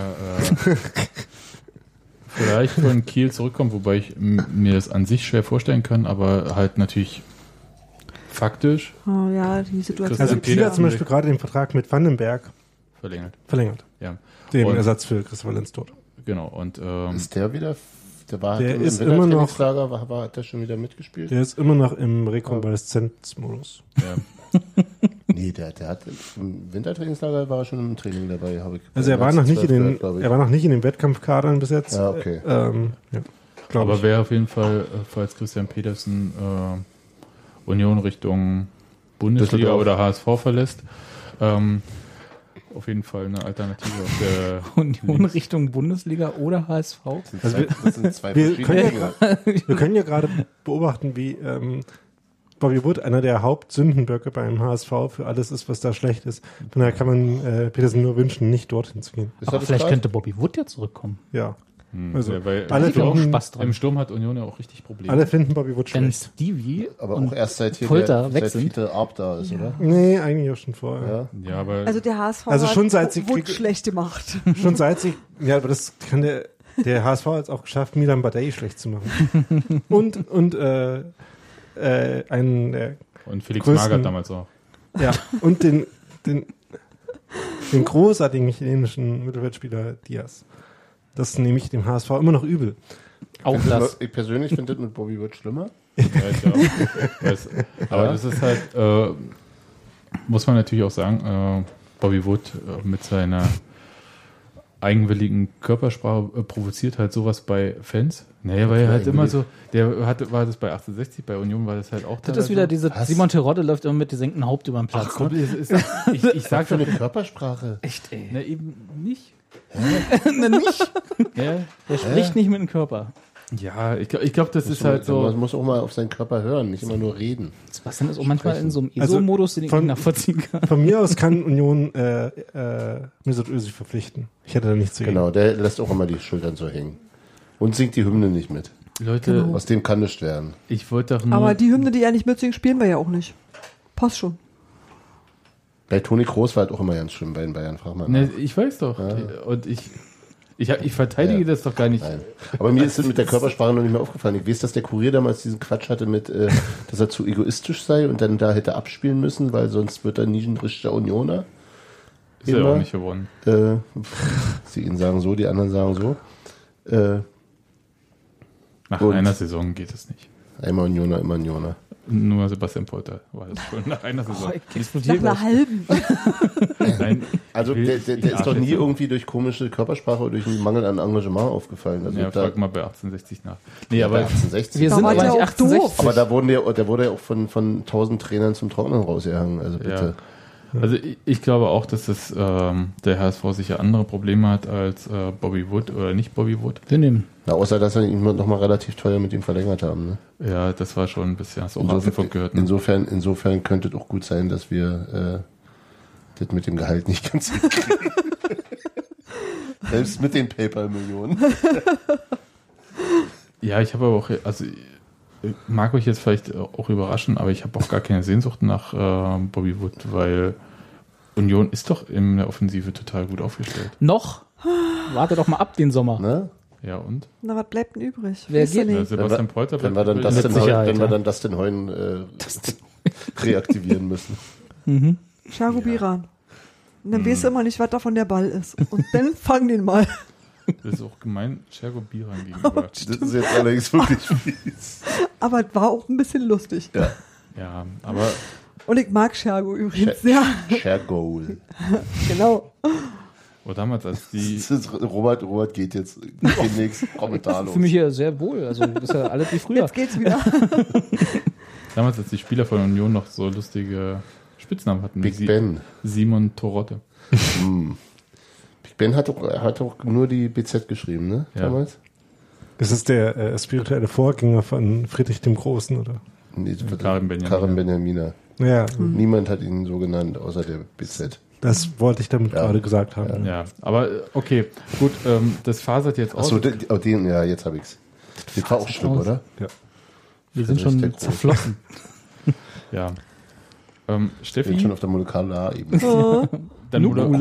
vielleicht von Kiel zurückkommt, wobei ich mir das an sich schwer vorstellen kann, aber halt natürlich faktisch Oh ja, die Situation. Also Christian Kiel hat Petersen zum Beispiel gerade den Vertrag mit Vandenberg verlängert. Ja, den Und- Ersatz für Christopher Lenz tot. genau. Und Ist der wieder? Der war Der im ist immer noch- Wintertrainingslager, hat der schon wieder mitgespielt? Der ist immer noch im Rekonvaleszenzmodus. ja, Nee, der hat im Wintertrainingslager war er schon im Training dabei. Also er war noch nicht glaub ich. er war noch nicht in den Wettkampfkadern bis jetzt. Ja, okay. Ja, glaube aber ich. wäre auf jeden Fall, falls Christian Petersen Union Richtung Bundesliga Düsseldorf. oder HSV verlässt, auf jeden Fall eine Alternative auf der Union Richtung Bundesliga oder HSV? Das sind zwei wir verschiedene können Dinge. Wir können ja gerade beobachten, wie Bobby Wood einer der Hauptsündenböcke beim HSV für alles ist, was da schlecht ist. Von daher kann man Petersen nur wünschen, nicht dorthin zu gehen. Ist Aber das vielleicht frei? könnte Bobby Wood ja zurückkommen. Ja. Also, ja, weil alle im, Sturm, finden- Spaß dran. im Sturm hat Union ja auch richtig Probleme. Alle finden Bobby Wood Wenn schlecht. Stevie Aber und auch erst seit hier Polter weg seit sind. Fiete Arp da ist, oder? Nee, eigentlich auch schon vorher. Ja. Ja, aber Also der HSV Also schon seit sie Wood krieg- schlecht gemacht. Schon seit sie, ja, aber das kann der HSV hat es auch geschafft, Milan Badei schlecht zu machen. und einen und Felix größten- Magath damals auch. ja, und den großartigen chilenischen Mittelfeldspieler Diaz. Das nehme ich dem HSV immer noch übel. auch das. Ich persönlich finde das mit Bobby Wood schlimmer. Ja, ich auch. Aber das ist halt, muss man natürlich auch sagen, Bobby Wood mit seiner eigenwilligen Körpersprache provoziert halt sowas bei Fans. Naja, weil er halt immer so, war das bei 1860, bei Union war das halt auch Das ist wieder diese, Was? Simon Terodde läuft immer mit gesenktem Haupt über den Platz. Ach komm, ne? ich sag Für schon, eine Körpersprache. Echt, ey. na eben nicht. Na, nicht. Ja, Der spricht nicht mit dem Körper. ja ich glaube, das ist halt Man so. muss auch mal auf seinen Körper hören, nicht immer nur reden. Sebastian ist auch manchmal in so einem Also ESO-Modus, den ich von- nicht nachvollziehen kann. Von mir aus kann Union Mesut Özil verpflichten. Ich hätte da nichts dagegen. Genau, der lässt auch immer die Schultern so hängen. Und singt die Hymne nicht mit. Leute, Aus dem kann nichts werden. ich wollte doch nur. Aber die Hymne, die er nicht mitsingt, spielen wir ja auch nicht. Passt schon. Bei Toni Kroos war halt auch immer ganz schlimm bei den Bayern, frag mal. Ne, ich weiß doch. Und ich verteidige Ja. das doch gar nicht. Nein. Aber mir ist das mit der Körpersprache noch nicht mehr aufgefallen. Ich weiß, dass der Kurier damals diesen Quatsch hatte mit, dass er zu egoistisch sei und dann da hätte abspielen müssen, weil sonst wird er nie ein richtiger Unioner. Ist ja Immer. auch nicht gewonnen. Sie ihnen sagen so, die anderen sagen so. Nach Und- einer Saison geht es nicht. Einmal Unioner, immer Unioner. Nur Sebastian Polter war das schon nach einer Saison. Nach einer halben. Nein, Also der ist doch nie irgendwie durch komische Körpersprache oder durch einen Mangel an Engagement aufgefallen. Also Ja, da, frag mal bei 1860 nach. Nee, bei aber 1860. Wir Da sind war aber der nicht auch 68. doof. Aber der wurde ja auch von 1000 Trainern zum Trocknen rausgehangen. Also bitte. also ich glaube auch, dass das der HSV sicher andere Probleme hat als Bobby Wood oder nicht Bobby Wood. Wir nehmen. Na, außer dass wir ihn nochmal relativ teuer mit ihm verlängert haben. Ne? Ja, das war schon ein bisschen, hast du auch Rasenfunk gehört. Ne? Insofern könnte es auch gut sein, dass wir das mit dem Gehalt nicht ganz hinkriegen. Selbst mit den PayPal-Millionen. Ja, ich habe aber auch, also mag euch jetzt vielleicht auch überraschen, aber ich habe auch gar keine Sehnsucht nach Bobby Wood, weil Union ist doch in der Offensive total gut aufgestellt. Noch? Warte doch mal ab den Sommer. Ne? Ja, und? Na, was bleibt denn übrig? Wer Weißt du geht? nicht. Ja, Sebastian Polter Wenn wir dann bleibt übrig. Dustin Heun reaktivieren müssen. Thiago Biran. Und dann weißt du immer nicht, was davon der Ball ist. Und dann fang den mal. Das ist auch gemein Thiago Biran gegenüber. Das ist jetzt allerdings wirklich fies. Aber es war auch ein bisschen lustig. Ja. Ja, aber Und ich mag Thiago übrigens. Ja, Share Goal. genau. damals, als die Robert geht jetzt demnächst kommentarlos. Ich fühle mich hier sehr wohl. Also das ist ja alles wie früher. Jetzt geht's wieder. damals, als die Spieler von Union noch so lustige Spitznamen hatten, Big wie Ben. Simon Torotte. Big Ben hat auch nur die BZ geschrieben, ne? Ja. Damals? Das ist der spirituelle Vorgänger von Friedrich dem Großen, oder? Nee, Karim Benjamina. Karim Benjamina. Ja, Niemand hat ihn so genannt, außer der BZ. das wollte ich damit Ja. gerade gesagt haben. Ja, aber okay, gut, das fasert jetzt aus. Achso, ja, jetzt habe ich's. Das war auch schlimm, aus. oder? Ja. Wir sind schon zerflossen. Ja. Wir Steffi, sind schon auf der Molekular-Ebene. dann,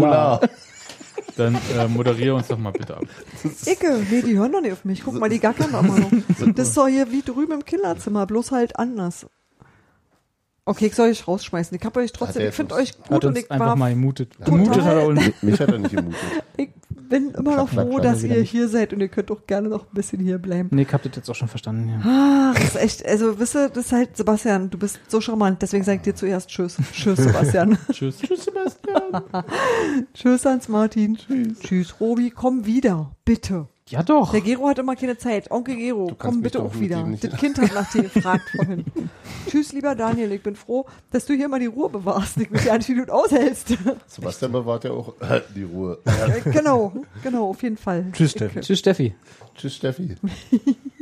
dann moderiere uns doch mal bitte ab. Icke, nee, die hören doch nicht auf mich. Guck mal, die gackern doch immer noch. Das ist doch hier wie drüben im Kinderzimmer, bloß halt anders. Okay, ich soll euch rausschmeißen. Ich hab euch trotzdem, Hat er ich finde jetzt euch Hat gut und uns ich einfach war, mal gemutet. Total. Gemutet hat er uns. Mich hat er nicht gemutet. ich bin immer noch Klack, froh, klack, dass wieder ihr nicht. hier seid und ihr könnt auch gerne noch ein bisschen hier bleiben. Nee, ich hab das jetzt auch schon verstanden. Ja. Ach, das ist echt, also wisst ihr, das ist halt, Sebastian, du bist so charmant, deswegen sage ich dir zuerst Tschüss. Tschüss, Sebastian. Tschüss. Tschüss, Sebastian. Tschüss, Hans-Martin. Tschüss, Robi, komm wieder, bitte. Ja doch. Der Gero hat immer keine Zeit. Onkel Gero, kannst komm mich bitte doch auch mit wieder. dem nicht- Das Kind hat nach dir gefragt vorhin. Tschüss, lieber Daniel, ich bin froh, dass du hier mal die Ruhe bewahrst. Ich weiß ja nicht, wie du das aushältst. Sebastian bewahrt ja auch die Ruhe. Genau, auf jeden Fall. Tschüss, Steffi. Tschüss, Steffi. Tschüss, Steffi.